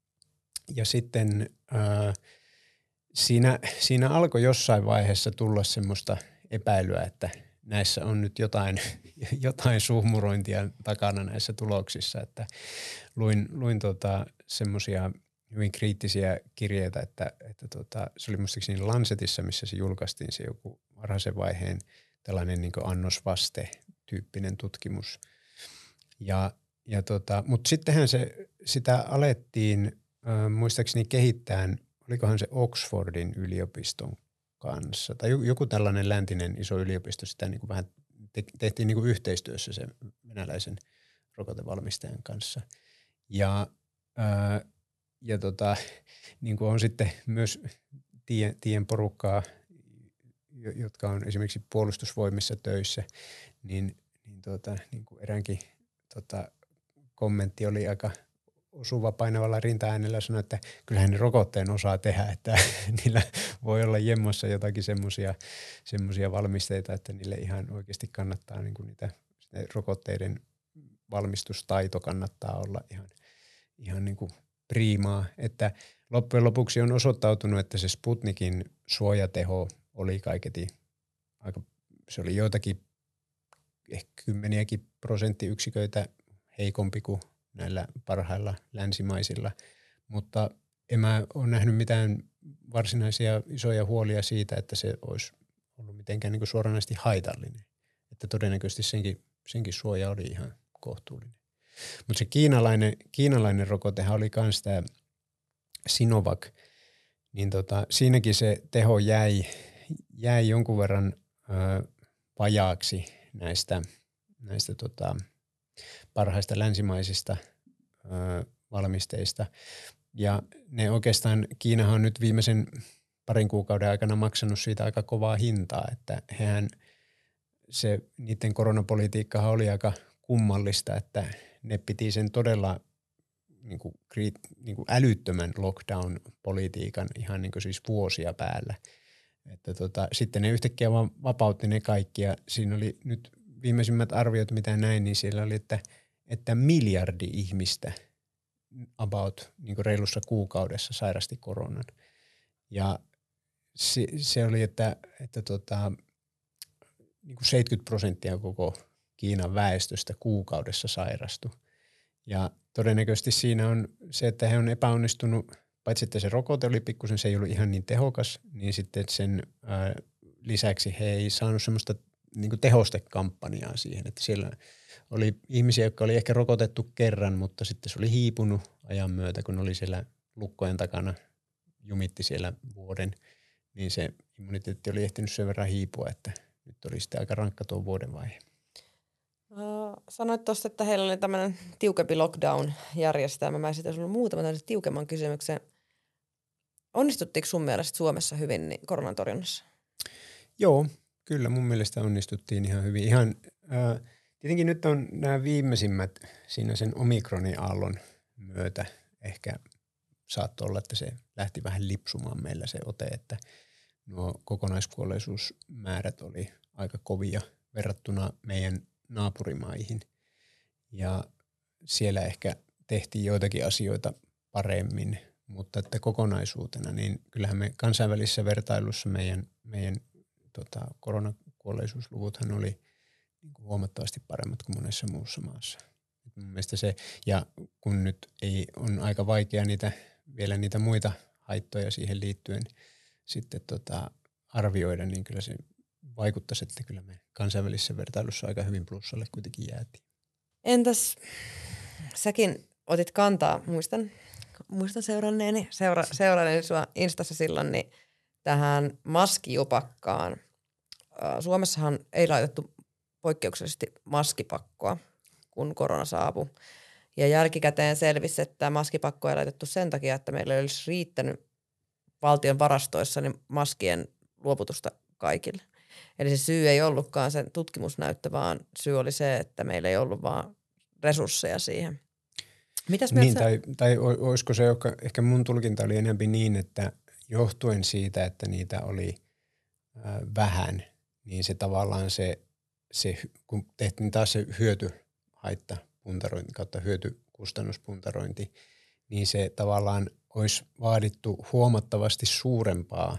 Speaker 2: Ja sitten ää, siinä, siinä alkoi jossain vaiheessa tulla semmoista epäilyä, että näissä on nyt jotain, jotain suhmurointia takana näissä tuloksissa, että luin, luin tota semmoisia hyvin kriittisiä kirjeitä, että, että tota, se oli muistaakseni Lancetissa, missä se julkaistiin se joku varhaisen vaiheen tällainen niin kuin annosvaste-tyyppinen tutkimus. Ja, ja tota, mutta sittenhän se, sitä alettiin äh, muistaakseni kehittää, olikohan se Oxfordin yliopiston kanssa, tai joku tällainen läntinen iso yliopisto, sitä niin kuin vähän te- tehtiin niin kuin yhteistyössä sen venäläisen rokotevalmistajan kanssa. Ja, ää, ja tota, niin kuin on sitten myös tien, tien porukkaa, jotka on esimerkiksi puolustusvoimissa töissä, niin, niin, tota, niin kuin eräänkin tota, kommentti oli aika osuva painavalla rintaäänellä sanoi, että kyllähän ne rokotteen osaa tehdä, että niillä voi olla jemmossa jotakin semmoisia semmoisia valmisteita, että niille ihan oikeasti kannattaa niin kuin niitä rokotteiden valmistustaito kannattaa olla ihan, ihan niin kuin priimaa. Että loppujen lopuksi on osoittautunut, että se Sputnikin suojateho oli kaiketi aika, se oli joitakin ehkä kymmeniäkin prosenttiyksiköitä heikompi kuin näillä parhailla länsimaisilla, mutta en mä ole nähnyt mitään varsinaisia isoja huolia siitä, että se olisi ollut mitenkään niin kuin suoranaisesti haitallinen. Että todennäköisesti senkin, senkin suoja oli ihan kohtuullinen. Mutta se kiinalainen, kiinalainen rokotehan oli myös tämä Sinovac, niin tota, siinäkin se teho jäi, jäi jonkun verran ö, vajaaksi näistä, näistä tota, parhaista länsimaisista ö, valmisteista. Ja ne oikeastaan, Kiinahan on nyt viimeisen parin kuukauden aikana maksanut siitä aika kovaa hintaa, että hehän se, niiden koronapolitiikkahan oli aika kummallista, että ne piti sen todella niin kuin, niin kuin älyttömän lockdown-politiikan ihan niin kuin siis vuosia päällä. Että tota, sitten ne yhtäkkiä vaan vapautti ne kaikki ja siinä oli nyt viimeisimmät arviot, mitä näin, niin siellä oli, että, että miljardi ihmistä about niin kuin reilussa kuukaudessa sairasti koronan. Ja se, se oli, että, että tota, niin kuin seitsemänkymmentä prosenttia koko Kiinan väestöstä kuukaudessa sairastui. Ja todennäköisesti siinä on se, että he on epäonnistunut, paitsi että se rokote oli pikkusen, se ei ollut ihan niin tehokas, niin sitten sen ää, lisäksi he ei saanut semmoista niin kuin tehostekampanjaa siihen, että siellä oli ihmisiä, jotka oli ehkä rokotettu kerran, mutta sitten se oli hiipunut ajan myötä, kun oli siellä lukkojen takana, jumitti siellä vuoden, niin se immuniteetti oli ehtinyt sen verran hiipua, että nyt oli sitten aika rankka tuo vuoden vaihe.
Speaker 1: Uh, sanoit tuossa, että heillä oli tämmöinen tiukempi lockdown-järjestelmä. Mä esitän sinulle muutaman tämmöisen tiukemman kysymyksen. Onnistuttiinko sun mielestä Suomessa hyvin niin koronan torjunnassa?
Speaker 2: Joo, kyllä mun mielestä onnistuttiin ihan hyvin. Ihan, äh, tietenkin nyt on nämä viimeisimmät siinä sen omikron-aallon myötä ehkä saattoi olla, että se lähti vähän lipsumaan meillä se ote, että nuo kokonaiskuolleisuusmäärät oli aika kovia verrattuna meidän naapurimaihin. Ja siellä ehkä tehtiin joitakin asioita paremmin, mutta että kokonaisuutena, niin kyllähän me kansainvälisessä vertailussa meidän, meidän tota, koronakuolleisuusluvuthan oli niin kuin huomattavasti paremmat kuin monessa muussa maassa. Mun mielestä se, ja kun nyt ei, on aika vaikea niitä, vielä niitä muita haittoja siihen liittyen sitten tota, arvioida, niin kyllä se vaikuttaisi, että kyllä me kansainvälisessä vertailussa aika hyvin plussalle kuitenkin jäätiin.
Speaker 1: Entäs säkin otit kantaa, muistan, muistan seuranneeni, seura, seuranneeni sua Instassa silloin, niin tähän maskijupakkaan. Suomessahan ei laitettu poikkeuksellisesti maskipakkoa, kun korona saapui. Ja jälkikäteen selvisi, että maskipakkoa ei laitettu sen takia, että meillä ei olisi riittänyt valtion varastoissa niin maskien luovutusta kaikille. Eli se syy ei ollutkaan sen tutkimusnäyttö, vaan syy oli se, että meillä ei ollut vaan resursseja siihen. Mitäs
Speaker 2: niin,
Speaker 1: sä...
Speaker 2: tai, tai olisiko se, joka, ehkä mun tulkinta oli enemmän niin, että johtuen siitä, että niitä oli äh, vähän, niin se tavallaan se, se kun tehtiin taas se hyötyhaittapuntarointi kautta hyötykustannuspuntarointi, niin se tavallaan olisi vaadittu huomattavasti suurempaa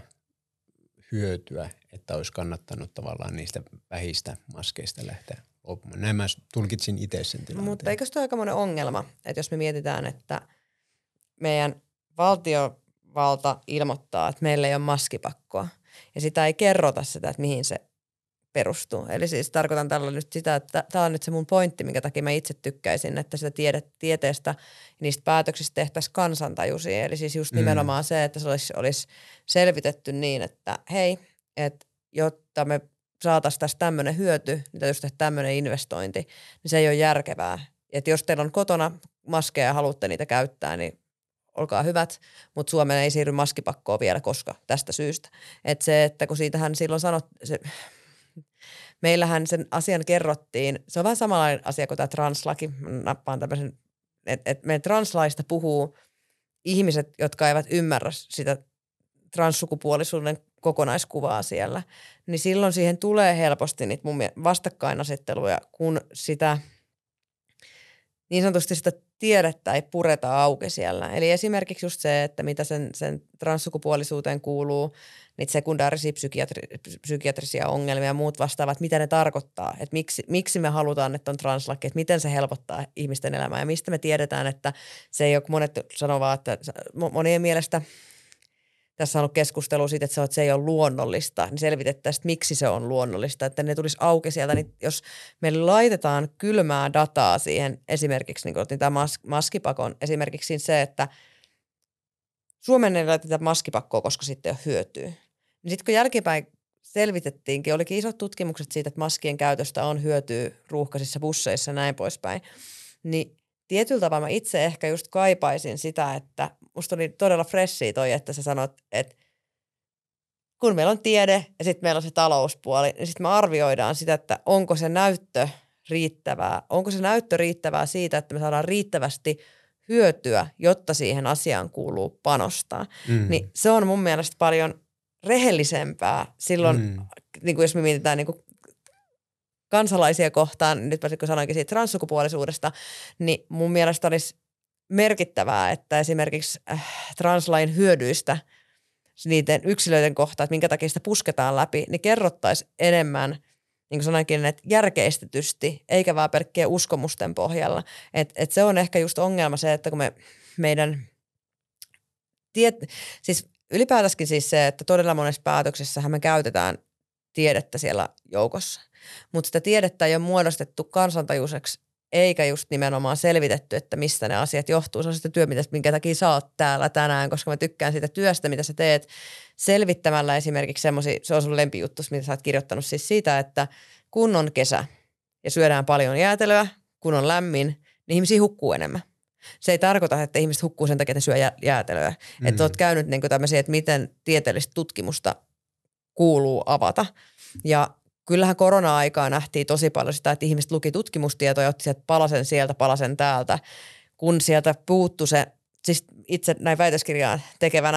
Speaker 2: hyötyä, että olisi kannattanut tavallaan niistä vähistä maskeista lähteä luopumaan. Näin mä tulkitsin itse sen tilanteen.
Speaker 1: Mutta eikö se ole aika monen ongelma, että jos me mietitään, että meidän valtiovalta ilmoittaa, että meillä ei ole maskipakkoa ja sitä ei kerrota sitä, että mihin se perustuu. Eli siis tarkoitan tällä nyt sitä, että tämä on nyt se mun pointti, minkä takia mä itse tykkäisin, että sitä tiede, tieteestä ja niistä päätöksistä tehtäisiin kansantajuisia. Eli siis just nimenomaan mm. se, että se olisi, olisi selvitetty niin, että hei, että jotta me saataisiin tästä tämmöinen hyöty, niin täytyisi tehdä tämmöinen investointi, niin se ei ole järkevää. Että jos teillä on kotona maskeja ja haluatte niitä käyttää, niin olkaa hyvät, mutta Suomeen ei siirry maskipakkoa vielä koska tästä syystä. Että se, että kun siitähän silloin sanot, se, meillähän sen asian kerrottiin, se on vähän samanlainen asia kuin tämä translaki, mä nappaan tämmöisen, että et meidän translaista puhuu ihmiset, jotka eivät ymmärrä sitä transsukupuolisuuden kokonaiskuvaa siellä, niin silloin siihen tulee helposti niitä mun vastakkainasetteluja, kun sitä niin sanotusti sitä tiedettä ei pureta auki siellä. Eli esimerkiksi just se, että mitä sen, sen transsukupuolisuuteen kuuluu, niitä sekundaarisia psykiatri- psykiatrisia ongelmia ja muut vastaavat, mitä ne tarkoittaa, että miksi, miksi me halutaan, että on translaki, että miten se helpottaa ihmisten elämää ja mistä me tiedetään, että se ei ole, monet sanovat, että monien mielestä tässä on ollut keskustelua siitä, että se, että se ei ole luonnollista, niin selvitettäisiin, että miksi se on luonnollista, että ne tulisi auki sieltä, niin jos meille laitetaan kylmää dataa siihen, esimerkiksi niin kuin otin tämä mas- maskipakon, esimerkiksi se, että Suomeen ei laiteta maskipakkoa, koska sitten ei ole hyötyä. Niin sitten kun jälkipäin selvitettiinkin, olikin isot tutkimukset siitä, että maskien käytöstä on hyötyä ruuhkaisissa busseissa ja näin poispäin, niin tietyllä tavalla mä itse ehkä just kaipaisin sitä, että musta oli todella freshia toi, että sä sanot, että kun meillä on tiede ja sitten meillä on se talouspuoli, niin sitten me arvioidaan sitä, että onko se näyttö riittävää, onko se näyttö riittävää siitä, että me saadaan riittävästi hyötyä, jotta siihen asiaan kuuluu panostaa. Mm. Niin se on mun mielestä paljon rehellisempää silloin, mm. niin kuin jos me mietitään niin kuin kansalaisia kohtaan, nyt kun sanoinkin siitä transsukupuolisuudesta, niin mun mielestä olisi merkittävää, että esimerkiksi äh, translain hyödyistä niiden yksilöiden kohtaan, että minkä takia sitä pusketaan läpi, niin kerrottaisiin enemmän, niin kuin sanoinkin, että järkeistetysti, eikä vaan pelkkien uskomusten pohjalla. Et, et se on ehkä just ongelma se, että kun me meidän, tiet, siis ylipäätänsä siis se, että todella monessa päätöksessähän me käytetään tiedettä siellä joukossa, mutta sitä tiedettä ei ole muodostettu kansantajuiseksi, eikä just nimenomaan selvitetty, että mistä ne asiat johtuu. Se on sitä työ, minkä takia sä oot täällä tänään, koska mä tykkään siitä työstä, mitä sä teet selvittämällä esimerkiksi semmoisia, se on sun lempijuttu, mitä sä oot kirjoittanut siis siitä, että kun on kesä ja syödään paljon jäätelöä, kun on lämmin, niin ihmisiä hukkuu enemmän. Se ei tarkoita, että ihmiset hukkuu sen takia, että ne syö jäätelöä. Mm. Että oot käynyt niin kuin tämmöisiä, että miten tieteellistä tutkimusta kuuluu avata. Ja kyllähän korona-aikaa nähtiin tosi paljon sitä, että ihmiset luki tutkimustietoja ja otti sieltä palasen sieltä, palasen täältä, kun sieltä puuttu se, siis itse näin väitöskirjaa tekevänä,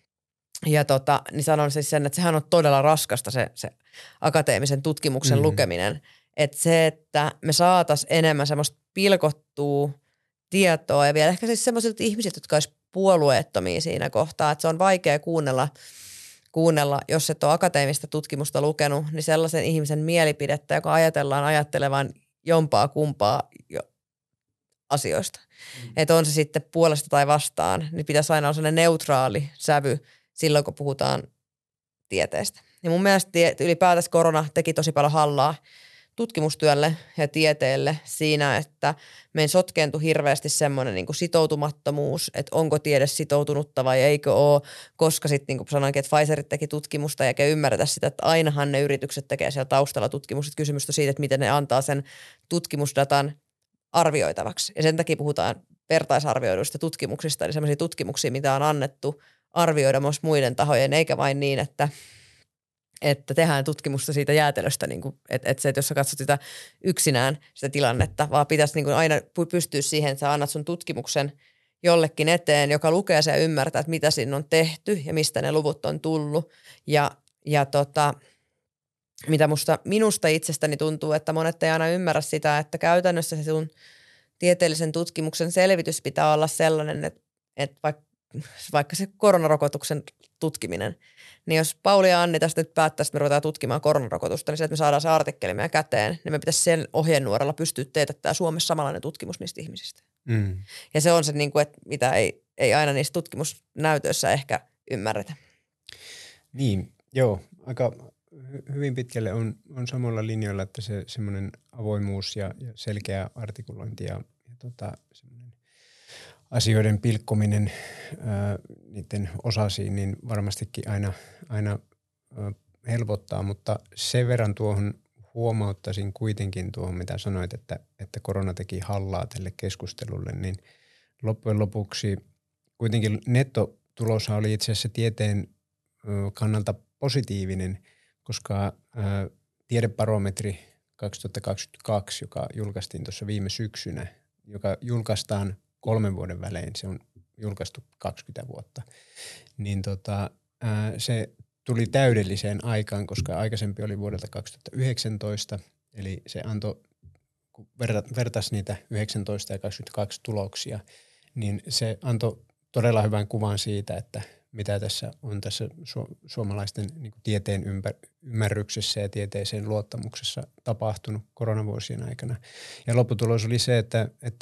Speaker 1: ja tota, niin sanon siis sen, että sehän on todella raskasta se, se akateemisen tutkimuksen mm-hmm. lukeminen. Että se, että me saataisiin enemmän semmoista pilkottua tietoa ja vielä ehkä siis semmoisilta ihmisiltä, jotka olisi puolueettomia siinä kohtaa, että se on vaikea kuunnella kuunnella, jos et ole akateemista tutkimusta lukenut, niin sellaisen ihmisen mielipidettä, joka ajatellaan ajattelevan jompaa kumpaa jo asioista. Mm. Että on se sitten puolesta tai vastaan, niin pitäisi aina olla sellainen neutraali sävy silloin, kun puhutaan tieteestä. Ja mun mielestä ylipäätänsä korona teki tosi paljon hallaa tutkimustyölle ja tieteelle siinä, että meidän sotkeentui hirveästi semmoinen niin kuin sitoutumattomuus, että onko tiede sitoutunutta vai eikö ole, koska sitten niin kuin sanoinkin, että Pfizerit teki tutkimusta eikä ymmärretä sitä, että ainahan ne yritykset tekee siellä taustalla tutkimusta, kysymystä siitä, että miten ne antaa sen tutkimusdatan arvioitavaksi. Ja sen takia puhutaan vertaisarvioiduista tutkimuksista, eli sellaisia tutkimuksia, mitä on annettu arvioida myös muiden tahojen, eikä vain niin, että että tehdään tutkimusta siitä jäätelöstä, niin kuin, että, että se, että jos sä katsot sitä yksinään sitä tilannetta, vaan pitäisi niin kuin aina pystyä siihen, että sä annat sun tutkimuksen jollekin eteen, joka lukee sen ja ymmärtää, että mitä siinä on tehty ja mistä ne luvut on tullut. Ja, ja tota, mitä musta, minusta itsestäni tuntuu, että monet ei aina ymmärrä sitä, että käytännössä se sun tieteellisen tutkimuksen selvitys pitää olla sellainen, että, että vaikka, vaikka se koronarokotuksen tutkiminen, niin jos Pauli ja Anni tästä nyt päättäisi, että me ruvetaan tutkimaan koronarokotusta, niin se, että me saadaan se artikkeli meidän käteen, niin me pitäisi sen ohjenuoralla pystyä teetättämään Suomessa samanlainen tutkimus niistä ihmisistä. Mm. Ja se on se, niin kuin, että mitä ei, ei aina niissä tutkimusnäytöissä ehkä ymmärretä.
Speaker 2: Niin, joo. Aika hyvin pitkälle on, on samalla linjoilla, että se semmoinen avoimuus ja, ja selkeä artikulointi ja, ja tota, semmoinen asioiden pilkkominen ää, niiden osasiin, niin varmastikin aina, aina ää, helpottaa, mutta sen verran tuohon huomauttaisin kuitenkin tuohon, mitä sanoit, että, että korona teki hallaa tälle keskustelulle, niin loppujen lopuksi kuitenkin nettotulos oli itse asiassa tieteen kannalta positiivinen, koska ää, tiedebarometri kaksituhattakaksikymmentäkaksi, joka julkaistiin tuossa viime syksynä, joka julkaistaan kolmen vuoden välein, se on julkaistu kaksikymmentä vuotta, niin tota, ää, se tuli täydelliseen aikaan, koska aikaisempi oli vuodelta kaksituhattayhdeksäntoista, eli se antoi, kun vertasi niitä yhdeksäntoista ja kaksikymmentäkaksi tuloksia, niin se antoi todella hyvän kuvan siitä, että mitä tässä on tässä su- suomalaisten niin kuin tieteen ympär- ymmärryksessä ja tieteeseen luottamuksessa tapahtunut koronavuosien aikana. Ja lopputulos oli se, että, että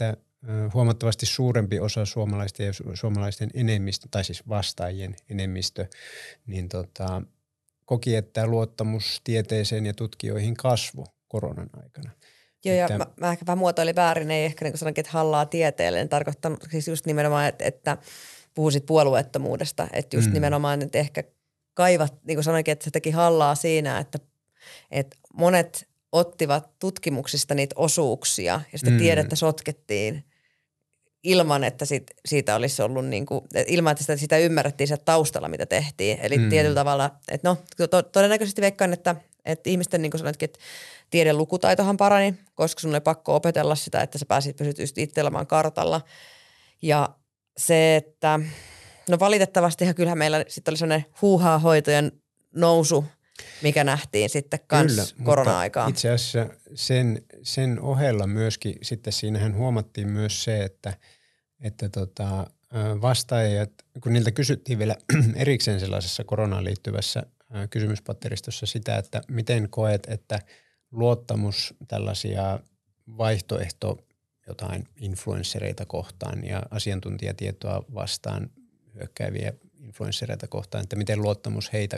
Speaker 2: huomattavasti suurempi osa suomalaisten ja suomalaisten enemmistö, tai siis vastaajien enemmistö, niin tota, koki, että luottamus tieteeseen ja tutkijoihin kasvoi koronan aikana.
Speaker 1: Joo, ja
Speaker 2: että,
Speaker 1: mä, mä ehkä vähän muotoilin väärin, ei ehkä niin kuin sanonkin, että hallaa tieteelle, niin tarkoittanut siis just nimenomaan, että, että puhuisit puolueettomuudesta, että just mm. nimenomaan, että ehkä kaivat, niin kuin sanoinkin, että se teki hallaa siinä, että, että monet ottivat tutkimuksista niitä osuuksia ja sitä mm. tiedettä sotkettiin ilman, että sit, siitä olisi ollut niin kuin, ilman, että sitä, sitä ymmärrettiin sieltä taustalla, mitä tehtiin. Eli mm. tietyllä tavalla, että no to, todennäköisesti veikkaan, että, että ihmisten niin kuin sanoitkin, että tieden lukutaitohan parani, koska sun oli pakko opetella sitä, että sä pääsit pysyt just itse elämään kartalla. Ja se, että no valitettavasti kyllähän meillä sitten oli sellainen huuhaa-hoitojen nousu, mikä nähtiin sitten kans korona-aikaan.
Speaker 2: Itse asiassa sen, sen ohella myöskin sitten siinähän huomattiin myös se, että, että tota, vastaajat, kun niiltä kysyttiin vielä erikseen sellaisessa koronaan liittyvässä kysymyspatteristossa sitä, että miten koet, että luottamus tällaisia vaihtoehto jotain influenssereita kohtaan ja asiantuntijatietoa vastaan hyökkääviä influenssereita kohtaan, että miten luottamus heitä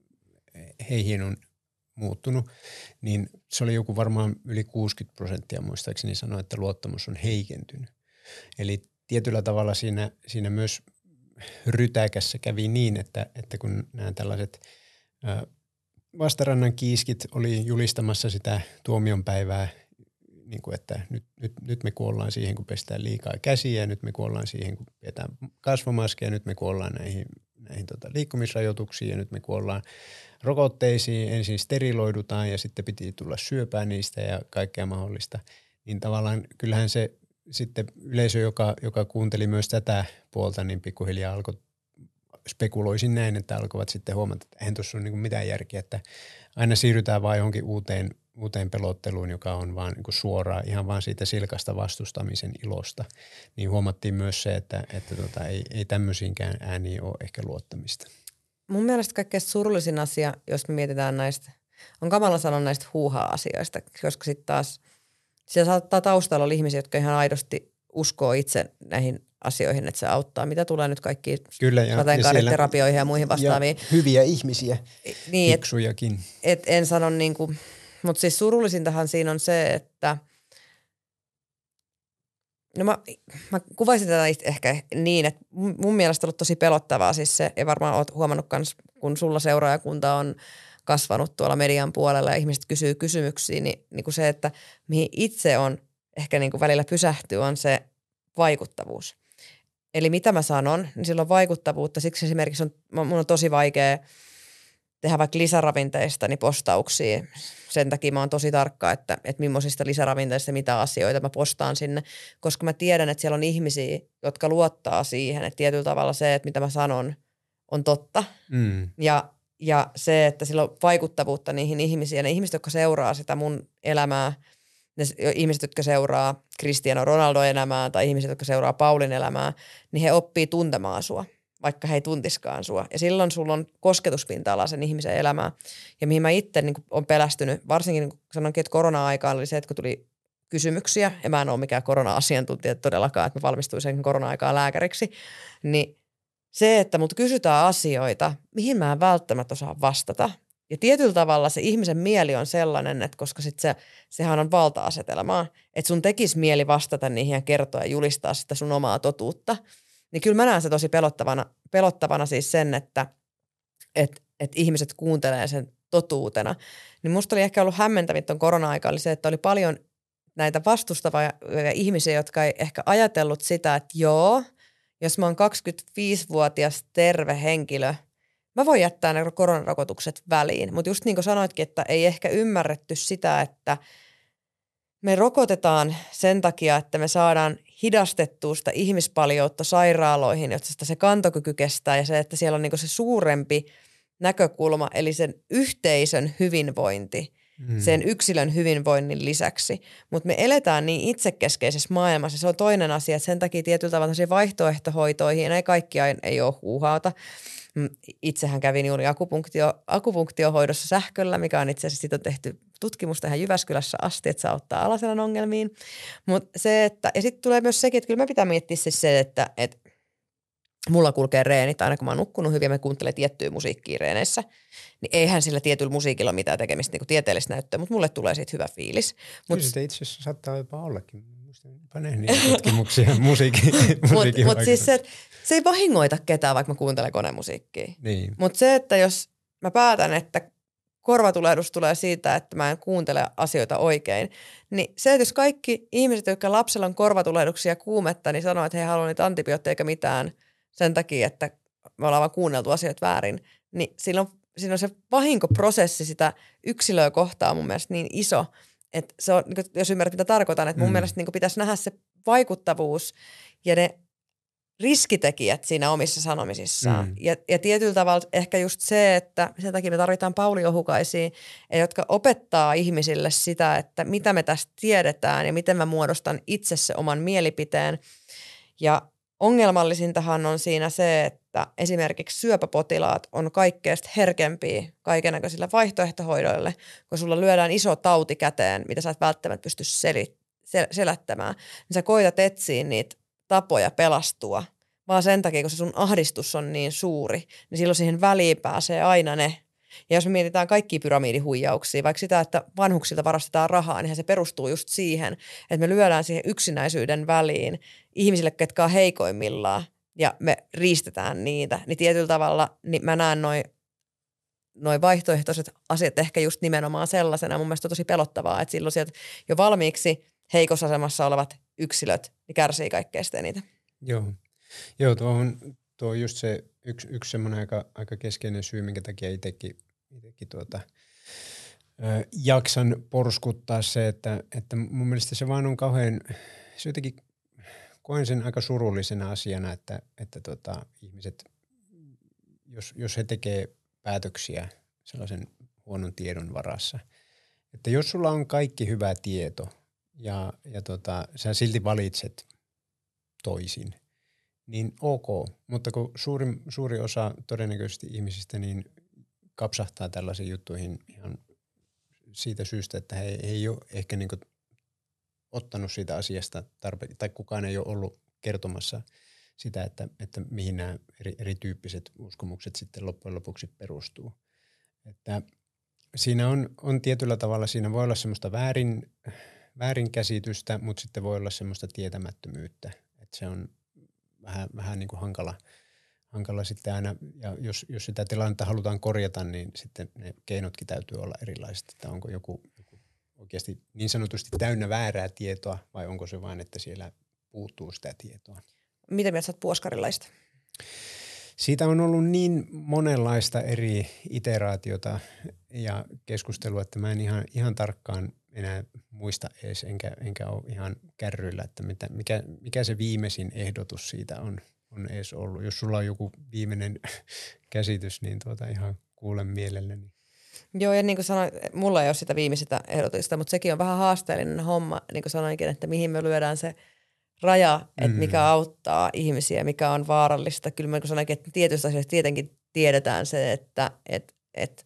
Speaker 2: heihin on muuttunut, niin se oli joku varmaan yli kuusikymmentä prosenttia muistaakseni sanoi, että luottamus on heikentynyt. Eli tietyllä tavalla siinä, siinä myös rytäkässä kävi niin, että, että kun nämä tällaiset ä, vastarannan kiiskit oli julistamassa sitä tuomionpäivää, niin kuin että nyt, nyt, nyt me kuollaan siihen, kun pestään liikaa käsiä, nyt me kuollaan siihen, kun pidetään kasvomaskeja, nyt me kuollaan näihin, näihin tota, liikkumisrajoituksiin ja nyt me kuollaan rokotteisiin, ensin steriloidutaan ja sitten piti tulla syöpää niistä ja kaikkea mahdollista. Niin tavallaan kyllähän se sitten yleisö, joka, joka kuunteli myös tätä puolta, niin pikkuhiljaa alkoi, spekuloisin näin, että alkoivat sitten huomata, että eihän tuossa ole niin kuin mitään järkeä, että aina siirrytään vaan johonkin uuteen, uuteen pelotteluun, joka on vaan niin kuin suoraan ihan vaan siitä silkasta vastustamisen ilosta. Niin huomattiin myös se, että, että tota, ei, ei tämmöisiinkään ääniin ole ehkä luottamista.
Speaker 1: Mun mielestä kaikkein surullisin asia, jos me mietitään näistä, on kamala sanoa näistä huuhaa-asioista, koska sitten taas siellä saattaa taustalla olla ihmisiä, jotka ihan aidosti uskoo itse näihin asioihin, että se auttaa. Mitä tulee nyt kaikkiin sateenkaariterapioihin ja muihin vastaaviin.
Speaker 2: Ja hyviä ihmisiä,
Speaker 1: niin,
Speaker 2: fiksujakin.
Speaker 1: Et, et en sano niin kuin, mutta siis surullisintahan siinä on se, että no mä, mä kuvaisin tätä ehkä niin, että mun mielestä on ollut tosi pelottavaa siis se, ja varmaan oot huomannut kans, kun sulla seuraajakunta on kasvanut tuolla median puolella ja ihmiset kysyy kysymyksiä, niin, niin kuin se, että mihin itse on ehkä niin kuin välillä pysähtyy, on se vaikuttavuus. Eli mitä mä sanon, niin sillä on vaikuttavuutta. Siksi esimerkiksi on, mun on tosi vaikea tehdä vaikka lisäravinteista niin postauksia. Sen takia mä oon tosi tarkka, että, että millaisista lisäravinteista mitä asioita mä postaan sinne, koska mä tiedän, että siellä on ihmisiä, jotka luottaa siihen, että tietyllä tavalla se, että mitä mä sanon, on totta. Mm. Ja, ja se, että sillä on vaikuttavuutta niihin ihmisiin. Ne ihmiset, jotka seuraa sitä mun elämää, ne ihmiset, jotka seuraa Cristiano Ronaldo elämää tai ihmiset, jotka seuraa Paulin elämää, niin he oppii tuntemaan sua, vaikka he ei tuntiskaan sua. Ja silloin sulla on kosketuspinta-ala sen ihmisen elämää. Ja mihin mä itse niin olen pelästynyt, varsinkin niin sanonkin, että korona-aikaan oli se, että kun tuli kysymyksiä, ja mä en ole mikään korona-asiantuntija todellakaan, että mä valmistuin sen korona-aikaan lääkäriksi, niin se, että mut kysytään asioita, mihin mä en välttämättä osaa vastata. Ja tietyllä tavalla se ihmisen mieli on sellainen, että koska sit se, sehän on valta-asetelmaa, että sun tekisi mieli vastata niihin ja kertoa ja julistaa sitä sun omaa totuutta. Niin kyllä mä näen se tosi pelottavana, pelottavana siis sen, että et, et ihmiset kuuntelee sen totuutena. Niin musta oli ehkä ollut hämmentävin ton korona-aika oli se, että oli paljon näitä vastustavia ihmisiä, jotka ei ehkä ajatellut sitä, että joo, jos mä oon kaksikymmentäviisivuotias terve henkilö, mä voin jättää ne koronarokotukset väliin. Mutta just niin kuin sanoitkin, että ei ehkä ymmärretty sitä, että me rokotetaan sen takia, että me saadaan hidastettua sitä ihmispaljoutta sairaaloihin, jotta se kantokyky kestää ja se, että siellä on niin kuin se suurempi näkökulma, eli sen yhteisön hyvinvointi, mm. sen yksilön hyvinvoinnin lisäksi. Mutta me eletään niin itsekeskeisessä maailmassa, se on toinen asia, että sen takia tietyllä tavalla vaihtoehtohoitoihin, ei kaikkia ei ole huuhaata, Itsehän kävin juuri akupunktio, akupunktiohoidossa sähköllä, mikä on itse asiassa, siitä on tehty tutkimusta ihan Jyväskylässä asti, että se auttaa alaselän ongelmiin. Mut se, että, ja sitten tulee myös sekin, että kyllä me pitää miettiä siis se, että, että mulla kulkee reenit, aina kun mä oon nukkunut hyvin ja mä kuuntelen tiettyä musiikkia reeneissä, niin eihän sillä tietyllä musiikilla ole mitään tekemistä niin tieteellistä näyttöä, mutta mulle tulee siitä hyvä fiilis.
Speaker 2: Mut, kyllä se itse asiassa saattaa jopa ollakin. Musta niitä tutkimuksia musiikin
Speaker 1: Mutta mut siis se, se ei vahingoita ketään, vaikka mä kuuntelen konemusiikkia.
Speaker 2: Niin.
Speaker 1: Mutta se, että jos mä päätän, että korvatulehdus tulee siitä, että mä en kuuntele asioita oikein, niin se, että jos kaikki ihmiset, jotka lapsella on korvatulehduksia ja kuumetta, niin sanoo, että he haluaa niitä antibiootteja eikä mitään sen takia, että me ollaan vaan kuunneltu asioita väärin, niin siinä on, siinä on se vahinkoprosessi sitä yksilöä kohtaan mun mielestä niin iso, että se on, jos ymmärrät mitä tarkoitan, että mun mm. mielestä niin pitäisi nähdä se vaikuttavuus ja ne riskitekijät siinä omissa sanomisissaan. Mm. Ja, ja tietyllä tavalla ehkä just se, että sen takia me tarvitaan Pauli Ohukaisia, jotka opettaa ihmisille sitä, että mitä me tästä tiedetään ja miten mä muodostan itse se oman mielipiteen. Ja ongelmallisintahan on siinä se, että esimerkiksi syöpäpotilaat on kaikkein herkempiä kaikennäköisillä vaihtoehtohoidoille, kun sulla lyödään iso tauti käteen, mitä sä et välttämättä pysty sel- sel- selättämään, niin sä koitat etsiä niitä tapoja pelastua, vaan sen takia, kun se sun ahdistus on niin suuri, niin silloin siihen väliin pääsee aina ne. Ja jos me mietitään kaikkia pyramidihuijauksia, vaikka sitä, että vanhuksilta varastetaan rahaa, niin se perustuu just siihen, että me lyödään siihen yksinäisyyden väliin ihmisille, ketkä on heikoimmillaan, ja me riistetään niitä. Niin tietyllä tavalla niin mä näen noin noi vaihtoehtoiset asiat ehkä just nimenomaan sellaisena. Mun mielestä on tosi pelottavaa, että silloin sieltä jo valmiiksi heikossa asemassa olevat yksilöt niin kärsii kaikkein sitten eniten.
Speaker 2: Joo, Joo tuo, on, tuo on just se yksi, yksi semmoinen aika, aika keskeinen syy, minkä takia itsekin, itsekin tuota, ö, jaksan porskuttaa se, että, että mun mielestä se vaan on kauhean, se jotenkin koen sen aika surullisena asiana, että, että tota, ihmiset, jos, jos he tekee päätöksiä sellaisen huonon tiedon varassa, että jos sulla on kaikki hyvä tieto ja, ja tota, sä silti valitset toisin, niin ok, mutta kun suuri, suuri osa todennäköisesti ihmisistä niin kapsahtaa tällaisiin juttuihin ihan siitä syystä, että he, he ei ole ehkä niin kuin ottanut siitä asiasta tarpeeksi, tai kukaan ei ole ollut kertomassa sitä, että, että mihin nämä eri, erityyppiset uskomukset sitten loppujen lopuksi perustuu. Että siinä on, on tietyllä tavalla, siinä voi olla semmoista väärin, väärinkäsitystä, mutta sitten voi olla semmoista tietämättömyyttä, että se on vähän, vähän niin kuin hankala, hankala sitten aina, ja jos, jos sitä tilannetta halutaan korjata, niin sitten ne keinotkin täytyy olla erilaiset, että onko joku, joku oikeasti niin sanotusti täynnä väärää tietoa, vai onko se vain, että siellä puuttuu sitä tietoa.
Speaker 1: Miten mieltä sä oot puoskarilaista?
Speaker 2: Siitä on ollut niin monenlaista eri iteraatiota ja keskustelua, että mä en ihan, ihan tarkkaan enää muista edes, enkä, enkä ole ihan kärryillä, että mitä, mikä, mikä se viimeisin ehdotus siitä on, on edes ollut. Jos sulla on joku viimeinen käsitys, niin tuota ihan kuulen mielelläni.
Speaker 1: Joo, ja niin kuin sanoin, mulla ei ole sitä viimeistä ehdotusta, mutta sekin on vähän haasteellinen homma, niin kuin sanoinkin, että mihin me lyödään se raja, että mikä auttaa ihmisiä, mikä on vaarallista. Kyllä mä sanoinkin, että tietysti asioista tietenkin tiedetään se, että et, et,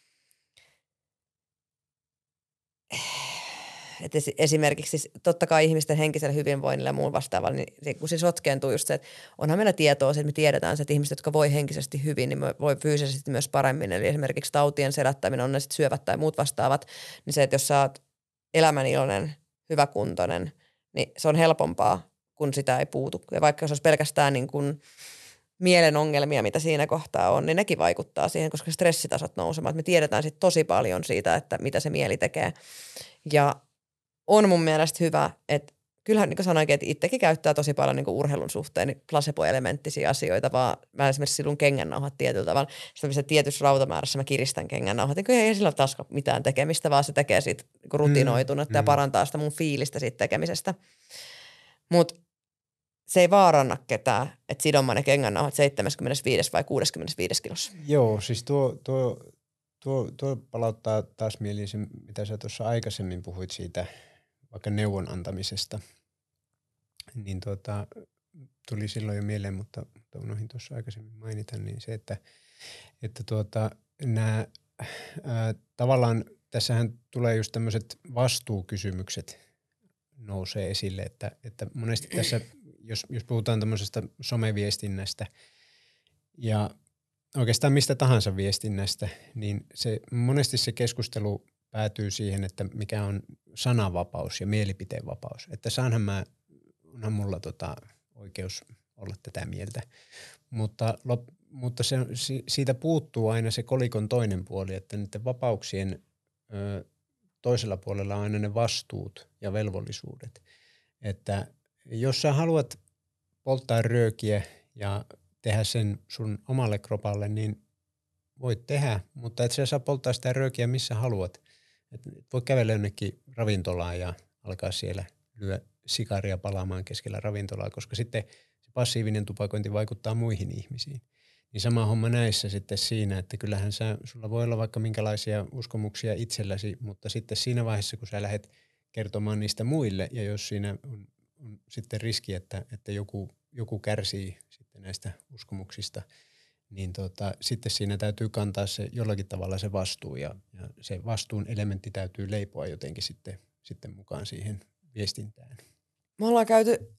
Speaker 1: et esimerkiksi totta kai ihmisten henkisellä hyvinvoinnilla ja muun vastaavalla, niin kun se sotkeentuu just se, että onhan meillä tietoa se, että me tiedetään se, että ihmiset, jotka voi henkisesti hyvin, niin voi fyysisesti myös paremmin. Eli esimerkiksi tautien selättäminen, on ne sitten syövät tai muut vastaavat, niin se, että jos sä oot elämäniloinen, hyväkuntoinen, niin se on helpompaa, kun sitä ei puutu. Ja vaikka jos olisi pelkästään niin kuin mielen ongelmia, mitä siinä kohtaa on, niin nekin vaikuttaa siihen, koska stressitasot nousemaan. Me tiedetään sit tosi paljon siitä, että mitä se mieli tekee. Ja on mun mielestä hyvä, että kyllähän niin kuin sanoinkin, että itsekin käyttää tosi paljon niin kuin urheilun suhteen niin placebo-elementtisiä asioita, vaan mä esimerkiksi silloin kengännauhat tietyllä tavalla. Sitten tietyssä rautamäärässä mä kiristän kengännauhat, niin kyllä ei sillä taas mitään tekemistä, vaan se tekee siitä niin kuin rutinoitunutta mm, ja mm. parantaa sitä mun fiilistä siitä tekemisestä. Mutta se ei vaaranna ketään, että sidon ne kengännauhat seitsemänkymmentäviisi vai kuusikymmentäviisi kilossa.
Speaker 2: Joo, siis tuo, tuo, tuo, tuo palauttaa taas mieliin se, mitä sä tuossa aikaisemmin puhuit siitä vaikka neuvon antamisesta. Niin tuota, tuli silloin jo mieleen, mutta, mutta unohdin tuossa aikaisemmin mainita, niin se, että, että tuota, nämä ää, tavallaan tässähän tulee just tämmöiset vastuukysymykset nousee esille, että, että monesti tässä, jos, jos puhutaan tämmöisestä someviestinnästä ja oikeastaan mistä tahansa viestinnästä, niin se, monesti se keskustelu päätyy siihen, että mikä on sananvapaus ja mielipiteenvapaus. Että saanhan mä, onhan mulla tota oikeus olla tätä mieltä, mutta, lop, mutta se, siitä puuttuu aina se kolikon toinen puoli, että niiden vapauksien ö, toisella puolella on aina ne vastuut ja velvollisuudet. Että jos sä haluat polttaa röökiä ja tehdä sen sun omalle kropalle, niin voit tehdä, mutta et sä saa polttaa sitä röökiä missä haluat. Et voi kävellä jonnekin ravintolaan ja alkaa siellä lyö sikaria palaamaan keskellä ravintolaa, koska sitten se passiivinen tupakointi vaikuttaa muihin ihmisiin. Niin sama homma näissä sitten siinä, että kyllähän sä, sulla voi olla vaikka minkälaisia uskomuksia itselläsi, mutta sitten siinä vaiheessa, kun sä lähdet kertomaan niistä muille ja jos siinä on, on sitten riski, että, että joku, joku kärsii sitten näistä uskomuksista, niin tota, sitten siinä täytyy kantaa se jollakin tavalla se vastuu ja, ja se vastuun elementti täytyy leipoa jotenkin sitten, sitten mukaan siihen viestintään.
Speaker 1: Me ollaan käyty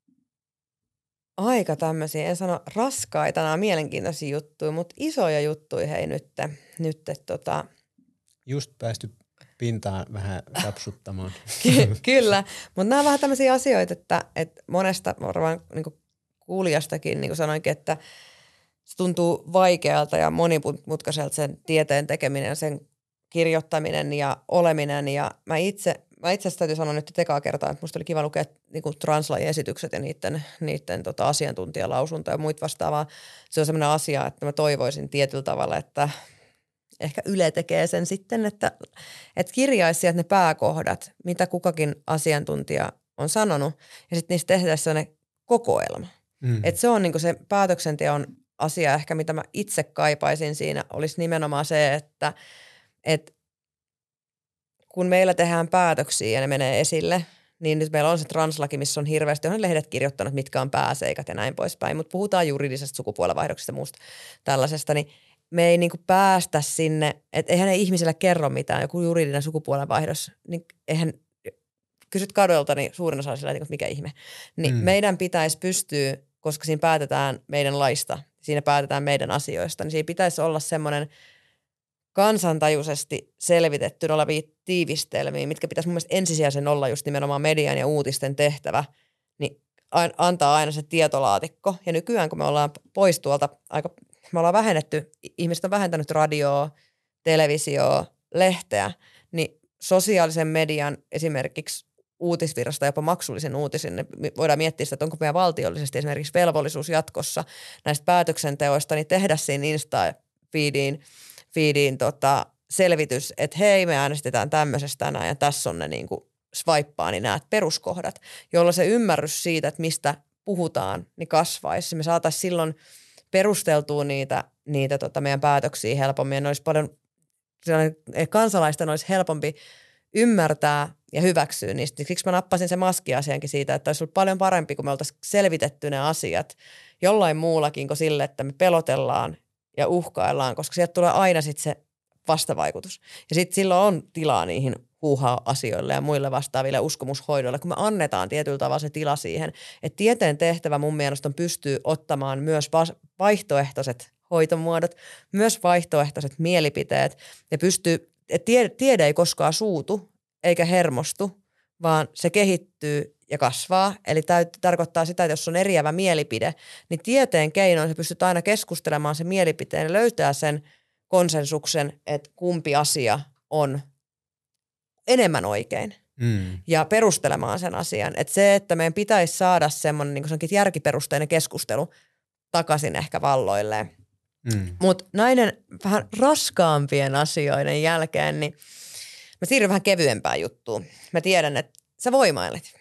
Speaker 1: aika tämmöisiä, en sano raskaita, nämä mielenkiintoisia juttuja, mutta isoja juttuja hei nyt. nyt tota.
Speaker 2: Just päästy pintaan vähän rapsuttamaan.
Speaker 1: Ky- kyllä, mutta nämä on vähän tämmöisiä asioita, että, että monesta varmaan niin kuin kuulijastakin niin kuin sanoinkin, että se tuntuu vaikealta ja monimutkaiselta sen tieteen tekeminen, sen kirjoittaminen ja oleminen. Ja mä itse, mä itse asiassa täytyy sanoa nyt tekaa kertaa, että musta oli kiva lukea niin kuin translajien esitykset ja niiden, niiden tota, asiantuntijalausuntoja ja muita vastaavaa. Se on sellainen asia, että mä toivoisin tietyllä tavalla, että ehkä Yle tekee sen sitten, että, että kirjaisi sieltä ne pääkohdat, mitä kukakin asiantuntija on sanonut ja sitten niistä tehdään sellainen kokoelma. Mm. Että se on niin kuin se päätöksenteon asia ehkä, mitä mä itse kaipaisin siinä, olisi nimenomaan se, että, että kun meillä tehdään päätöksiä ja ne menee esille, niin nyt meillä on se translaki, missä on hirveästi, on lehdet kirjoittanut, mitkä on pääseikat ja näin poispäin, mutta puhutaan juridisesta sukupuolenvaihdoksesta ja muusta tällaisesta, niin me ei niin kuin päästä sinne, että eihän ne ihmisille kerro mitään, joku juridinen sukupuolenvaihdos, niin eihän, kysyt kadolta, niin suurin osa on sillä, että mikä ihme. Niin mm. meidän pitäisi pystyä, koska siinä päätetään meidän laista, siinä päätetään meidän asioista, niin siinä pitäisi olla semmoinen kansantajuisesti selvitetty olevia tiivistelmiä, mitkä pitäisi mun mielestä ensisijaisen olla just nimenomaan median ja uutisten tehtävä, niin antaa aina se tietolaatikko. Ja nykyään, kun me ollaan pois tuolta aika, me ollaan vähennetty, ihmiset on vähentänyt radioa, televisioa, lehteä, niin sosiaalisen median esimerkiksi uutisvirrasta, jopa maksullisen uutisen, niin voidaan miettiä sitä, että onko meidän valtiollisesti esimerkiksi velvollisuus jatkossa näistä päätöksenteoista, niin tehdä siinä Insta-feediin feediin tota, selvitys, että hei, me äänestetään tämmöisestä tänään ja tässä on ne niin kuin swipea, niin nämä peruskohdat, jolloin se ymmärrys siitä, että mistä puhutaan, niin kasvaisi. Me saataisiin silloin perusteltua niitä, niitä tota meidän päätöksiä helpommin ja ne olisi paljon, kansalaisten olisi helpompi ymmärtää ja hyväksyä niistä. Siksi mä nappasin sen maskiasiankin siitä, että olisi ollut paljon parempi, kun me oltaisiin selvitetty ne asiat jollain muullakin kuin sille, että me pelotellaan ja uhkaillaan, koska sieltä tulee aina sitten se vastavaikutus. Ja sitten silloin on tilaa niihin huuhaa-asioille ja muille vastaaville uskomushoidoille, kun me annetaan tietyllä tavalla se tila siihen, että tieteen tehtävä mun mielestä on pystyy ottamaan myös vaihtoehtoiset hoitomuodot, myös vaihtoehtoiset mielipiteet ja pystyy, että tiede, tiede ei koskaan suutu eikä hermostu, vaan se kehittyy ja kasvaa. Eli täyt, tarkoittaa sitä, että jos on eriävä mielipide, niin tieteen keinoin sä pystyt aina keskustelemaan sen mielipiteen ja löytää sen konsensuksen, että kumpi asia on enemmän oikein. Mm. Ja perustelemaan sen asian. Että se, että meidän pitäisi saada semmoinen niin kuin järkiperusteinen keskustelu takaisin ehkä valloilleen. Mm. Mutta näiden vähän raskaampien asioiden jälkeen, niin mä siirryn vähän kevyempään juttuun. Mä tiedän, että sä voimailet.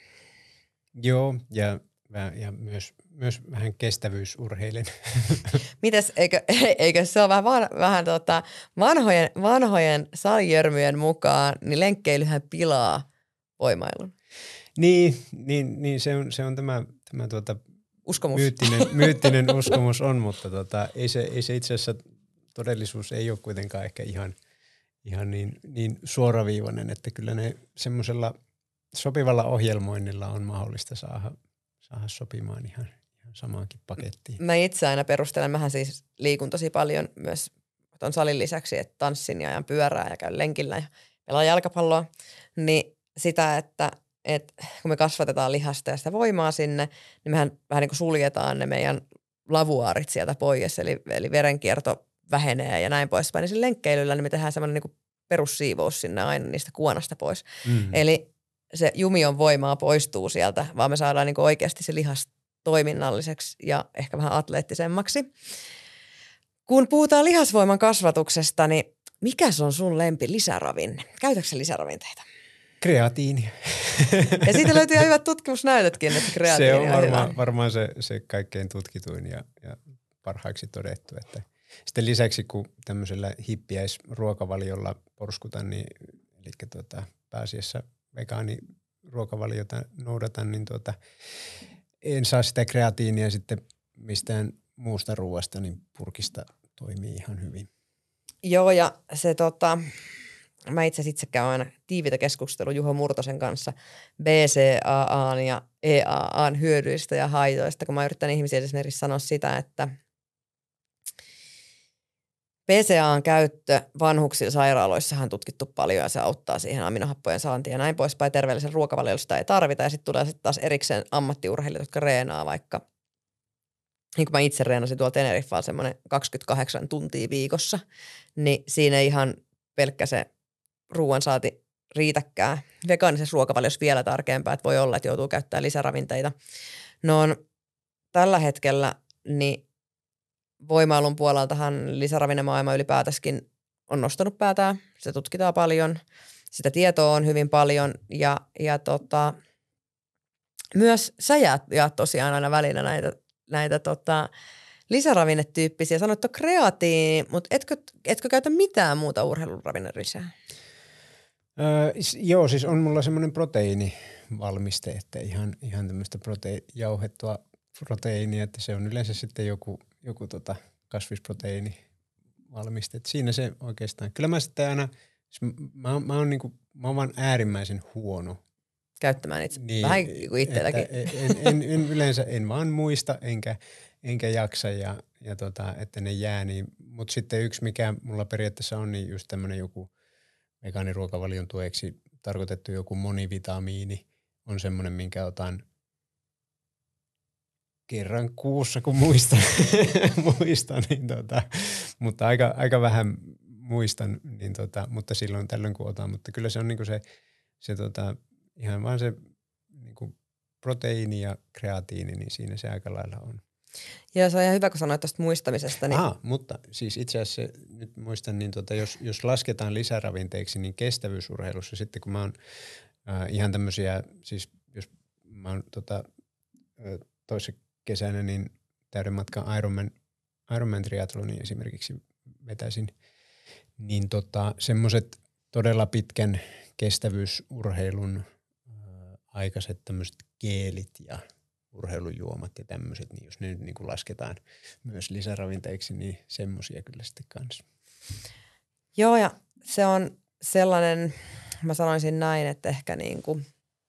Speaker 2: Joo, ja, ja myös, myös vähän kestävyysurheilin.
Speaker 1: Mites, eikö, eikö se ole vähän, van, vähän tota, vanhojen, vanhojen salijörmyjen mukaan, niin lenkkeilyhän pilaa voimailun.
Speaker 2: Niin, niin, niin se, on, se on tämä, tämä tuota
Speaker 1: uskomus.
Speaker 2: Myyttinen, myyttinen uskomus on, mutta tota, ei, se, ei se itse asiassa todellisuus ei ole kuitenkaan ehkä ihan, ihan niin, niin suoraviivainen, että kyllä ne semmoisella sopivalla ohjelmoinnilla on mahdollista saada, saada sopimaan ihan, ihan samaankin pakettiin.
Speaker 1: Mä itse aina perustelen, mähän siis liikun tosi paljon myös ton salin lisäksi, että tanssin ja ajan pyörää ja käyn lenkillä ja pelaan jalkapalloa, niin sitä, että et kun me kasvatetaan lihasta ja sitä voimaa sinne, niin mehän vähän niin kuin suljetaan ne meidän lavuaarit sieltä pois, eli, eli verenkierto vähenee ja näin poispäin. Niin sillä lenkkeilyllä niin me tehdään semmoinen niin kuin perussiivous sinne aina niistä kuonasta pois. Mm-hmm. Eli se jumion voimaa poistuu sieltä, vaan me saadaan niin kuin oikeasti se lihas toiminnalliseksi ja ehkä vähän atleettisemmaksi. Kun puhutaan lihasvoiman kasvatuksesta, niin mikä se on sun lempi lisäravinne? Käytätkö sä lisäravinteita?
Speaker 2: Kreatiini.
Speaker 1: Ja siitä löytyy ihan hyvät tutkimusnäytötkin, että kreatiini
Speaker 2: se on,
Speaker 1: on
Speaker 2: varmaan,
Speaker 1: hyvä.
Speaker 2: varmaan se, se kaikkein tutkituin ja, ja parhaaksi todettu. Että sitten lisäksi, kun tämmöisellä hippiäisruokavaliolla porskutan, niin, eli tuota, pääasiassa vegaaniruokavaliota noudatan, niin tuota, en saa sitä kreatiinia sitten mistään muusta ruoasta, niin purkista toimii ihan hyvin.
Speaker 1: Joo, ja se tota, mä itse asiassa itse käyn aina tiivitä keskustelua Juho Murtosen kanssa B C A A:n ja E A A:n hyödyistä ja haitoista, kun mä yritän ihmisiä esimerkiksi sanoa sitä, että B C A A:n käyttö vanhuksilla sairaaloissahan on tutkittu paljon ja se auttaa siihen aminohappojen saantiin ja näin poispäin. Terveellisen ruokavaliolla sitä ei tarvita ja sitten tulee sitten taas erikseen ammattiurheilijat, jotka reenaa vaikka, niin kuin mä itse reenasin tuolla Teneriffalla semmoinen kaksikymmentäkahdeksan tuntia viikossa, niin siinä ei ihan pelkkä se ruoan saati riitäkään. Vegaanisessa ruokavaliossa vielä tärkeämpää, että voi olla, että joutuu käyttämään lisäravinteita. No on tällä hetkellä niin voimailun puoleltahan lisäravinnemaailma ylipäätänskin on nostanut päätään. Se tutkitaan paljon, sitä tietoa on hyvin paljon ja, ja tota, myös sä jäät, jäät tosiaan aina välillä näitä, näitä tota, lisäravinnetyyppisiä. Sanoit, että kreatiini, mutta etkö, etkö käytä mitään muuta urheiluravinnelisää?
Speaker 2: Öö, joo, siis on mulla semmoinen proteiinivalmiste, että ihan, ihan tämmöistä prote- jauhettua proteiinia, että se on yleensä sitten joku, joku tota kasvisproteiinivalmiste. Et siinä se oikeastaan. Kyllä mä sitten aina, mä, mä oon niinku, mä oon vaan äärimmäisen huono.
Speaker 1: Käyttämään itse,
Speaker 2: niin,
Speaker 1: vähän kuin itselläkin.
Speaker 2: En, en, en, yleensä en vaan muista, enkä, enkä jaksa ja, ja tota, että ne jää. Niin, mutta sitten yksi, mikä mulla periaatteessa on, niin just tämmöinen joku vegaaniruokavalion tueksi tarkoitettu joku monivitamiini on semmoinen, minkä otan kerran kuussa, kun muistan, muistan niin tota, mutta aika, aika vähän muistan, niin tota, mutta silloin tällöin kun otan, mutta kyllä se on niinku se, se tota, ihan vaan se niinku proteiini ja kreatiini, niin siinä se aika lailla on.
Speaker 1: Ja se on ihan hyvä, kun sanoit tuosta muistamisesta. Niin
Speaker 2: Aha, mutta siis itse asiassa nyt muistan, niin tota, jos, jos lasketaan lisäravinteiksi, niin kestävyysurheilussa sitten kun mä oon äh, ihan tämmöisiä, siis jos mä oon tota, toisen kesänä niin täyden matkan Ironman, Ironman triathlonin esimerkiksi vetäisin, niin tota, semmoiset todella pitkän kestävyysurheilun äh, aikaiset tämmöiset geelit ja urheilujuomat ja tämmöiset, niin jos ne nyt niin kuin lasketaan myös lisäravinteiksi, niin semmoisia kyllä sitten kanssa.
Speaker 1: Joo, ja se on sellainen, mä sanoisin näin, että ehkä niin kuin,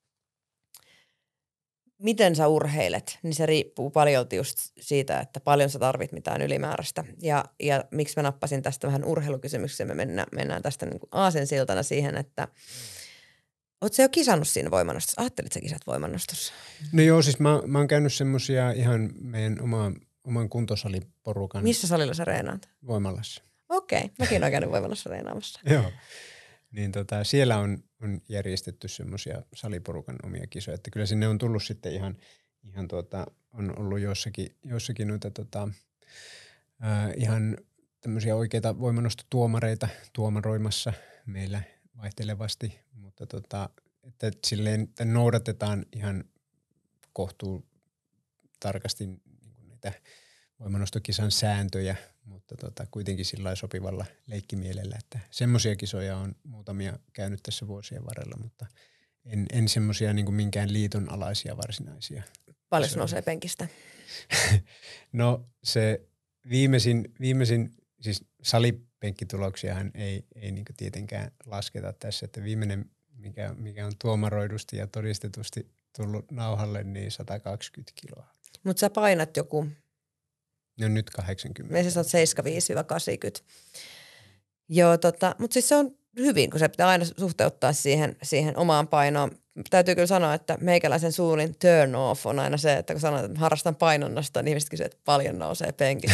Speaker 1: miten sä urheilet, niin se riippuu paljolti just siitä, että paljon sä tarvit mitään ylimääräistä. Ja, ja miksi mä nappasin tästä vähän urheilukysymykseen, me mennään, mennään tästä niin kuin aasensiltana siihen, että oot sä jo kisannut siinä voimannostossa? Ajattelit sä kisat voimannostossa?
Speaker 2: No joo, siis mä, mä oon käynyt semmosia ihan meidän oma, oman kuntosaliporukan.
Speaker 1: Missä salilla sä reenaat?
Speaker 2: Voimalassa.
Speaker 1: Okei, okay. Mäkin oon käynyt voimallassa reenaamassa.
Speaker 2: Joo. Niin tota, siellä on, on järjestetty semmosia saliporukan omia kisoja, että kyllä sinne on tullut sitten ihan, ihan tuota, on ollut jossakin, jossakin noita tota, ää, ihan tämmöisiä oikeita voimannostotuomareita tuomaroimassa meillä vaihtelevasti, mutta tota, että silleen että noudatetaan ihan kohtuu tarkasti niin kuin niitä voimannostokisan sääntöjä, mutta tota, kuitenkin sillä sopivalla leikkimielellä, että semmoisia kisoja on muutamia käynyt tässä vuosien varrella, mutta en, en semmoisia niin kuin minkään liiton alaisia varsinaisia.
Speaker 1: Paljon se nousee penkistä?
Speaker 2: No se viimeisin, viimeisin siis salipenkkituloksiahan ei, ei niin tietenkään lasketa tässä, että viimeinen, mikä, mikä on tuomaroidusti ja todistetusti tullut nauhalle, niin sata kaksikymmentä kiloa.
Speaker 1: Mutta sä painat joku...
Speaker 2: No nyt kahdeksankymmentä.
Speaker 1: Me siis on seitsemänkymmentäviisi kahdeksankymmentä. Joo, tota, mutta siis se on hyvin, kun se pitää aina suhteuttaa siihen, siihen omaan painoon. Täytyy kyllä sanoa, että meikäläisen suurin turn off on aina se, että kun sanotaan, että harrastan painonnasta, niin ihmiset kysyvät, että paljon nousee penkistä.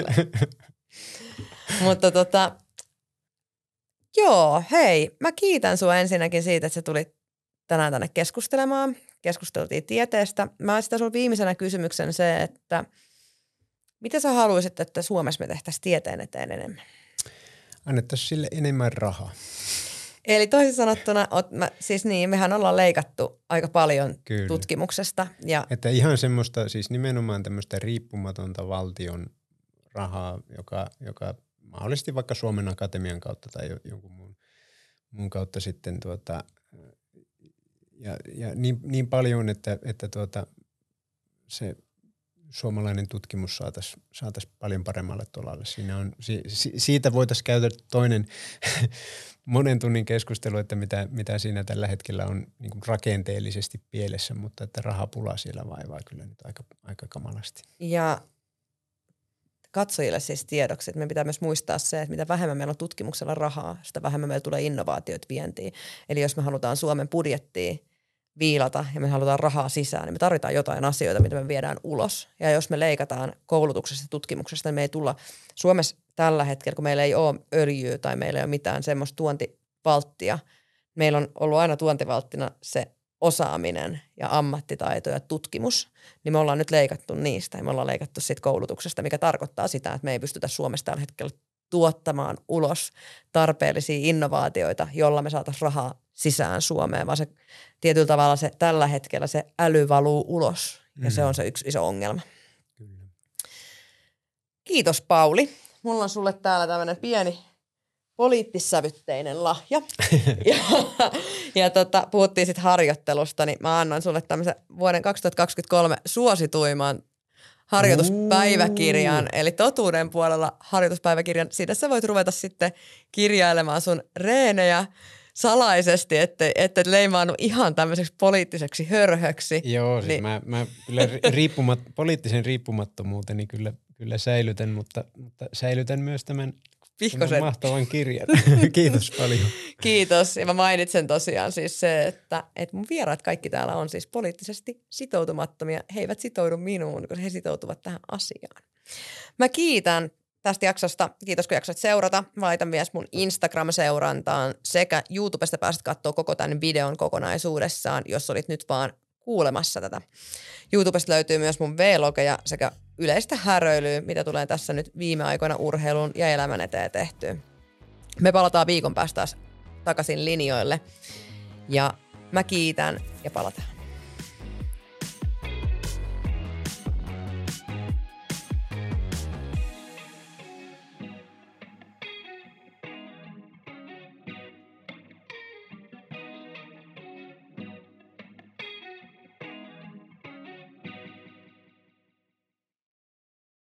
Speaker 1: Mutta tota, joo, hei, mä kiitän sua ensinnäkin siitä, että sä tulit tänään tänne keskustelemaan. Keskusteltiin tieteestä. Mä esitän sulle viimeisenä kysymyksen se, että mitä sä haluaisit, että Suomessa me tehtäisiin tieteen eteen enemmän?
Speaker 2: Annettaisiin sille enemmän rahaa.
Speaker 1: Eli toisin sanottuna, mä, siis niin, mehän ollaan leikattu aika paljon Kyllä. tutkimuksesta. Ja
Speaker 2: että ihan semmoista, siis nimenomaan tämmöistä riippumatonta valtion rahaa, joka, joka mahdollisesti vaikka Suomen Akatemian kautta tai jonkun muun, muun kautta sitten tuota, ja, ja niin, niin paljon, että, että tuota, se suomalainen tutkimus saataisiin saatais paljon paremmalle tolalle. Siinä on, si, si, siitä voitaisiin käydä toinen monen tunnin keskustelu, että mitä, mitä siinä tällä hetkellä on niin kuin rakenteellisesti pielessä, mutta että rahapula siellä vaivaa kyllä nyt aika, aika kamalasti.
Speaker 1: Ja katsojille siis tiedoksi, että me pitää myös muistaa se, että mitä vähemmän meillä on tutkimuksella rahaa, sitä vähemmän meillä tulee innovaatioita vientiin. Eli jos me halutaan Suomen budjettia viilata ja me halutaan rahaa sisään, niin me tarvitaan jotain asioita, mitä me viedään ulos. Ja jos me leikataan koulutuksesta ja tutkimuksesta, niin me ei tulla Suomessa tällä hetkellä, kun meillä ei ole öljyä tai meillä ei ole mitään semmoista tuontivalttia. Meillä on ollut aina tuontivalttina se osaaminen ja ammattitaito ja tutkimus, niin me ollaan nyt leikattu niistä ja me ollaan leikattu siitä koulutuksesta, mikä tarkoittaa sitä, että me ei pystytä Suomessa tällä hetkellä tuottamaan ulos tarpeellisia innovaatioita, jolla me saataisiin rahaa sisään Suomeen, vaan se tietyllä tavalla se tällä hetkellä se äly valuu ulos ja mm. se on se yksi iso ongelma.
Speaker 2: Kyllä.
Speaker 1: Kiitos Pauli. Mulla on sulle täällä tämmöinen pieni poliittissävytteinen lahja. ja ja tota, puhuttiin sitten harjoittelusta, niin mä annan sulle tämmöisen vuoden kaksituhattakaksikymmentäkolme suosituimman harjoituspäiväkirjan, eli totuuden puolella harjoituspäiväkirjan. Siitä sä voit ruveta sitten kirjailemaan sun reenejä salaisesti, ettei et leimaannut ihan tämmöiseksi poliittiseksi hörhöksi.
Speaker 2: Joo, siis niin. mä, mä kyllä riippumat, poliittisen riippumattomuuteni kyllä, kyllä säilytän, mutta, mutta säilytän myös tämän, tämän mahtavan kirjan. Kiitos paljon.
Speaker 1: Kiitos. Ja mä mainitsen tosiaan siis se, että, että mun vieraat kaikki täällä on siis poliittisesti sitoutumattomia. He eivät sitoudu minuun, koska he sitoutuvat tähän asiaan. Mä kiitän tästä jaksosta. Kiitos, kun jaksoit seurata. Mä laitan myös mun Instagram-seurantaan sekä YouTubesta pääset katsoa koko tämän videon kokonaisuudessaan, jos olit nyt vaan kuulemassa tätä. YouTubesta löytyy myös mun vlogeja sekä yleistä häröilyä, mitä tulee tässä nyt viime aikoina urheilun ja elämän eteen tehtyä. Me palataan viikon päästä taas takaisin linjoille ja mä kiitän ja palataan.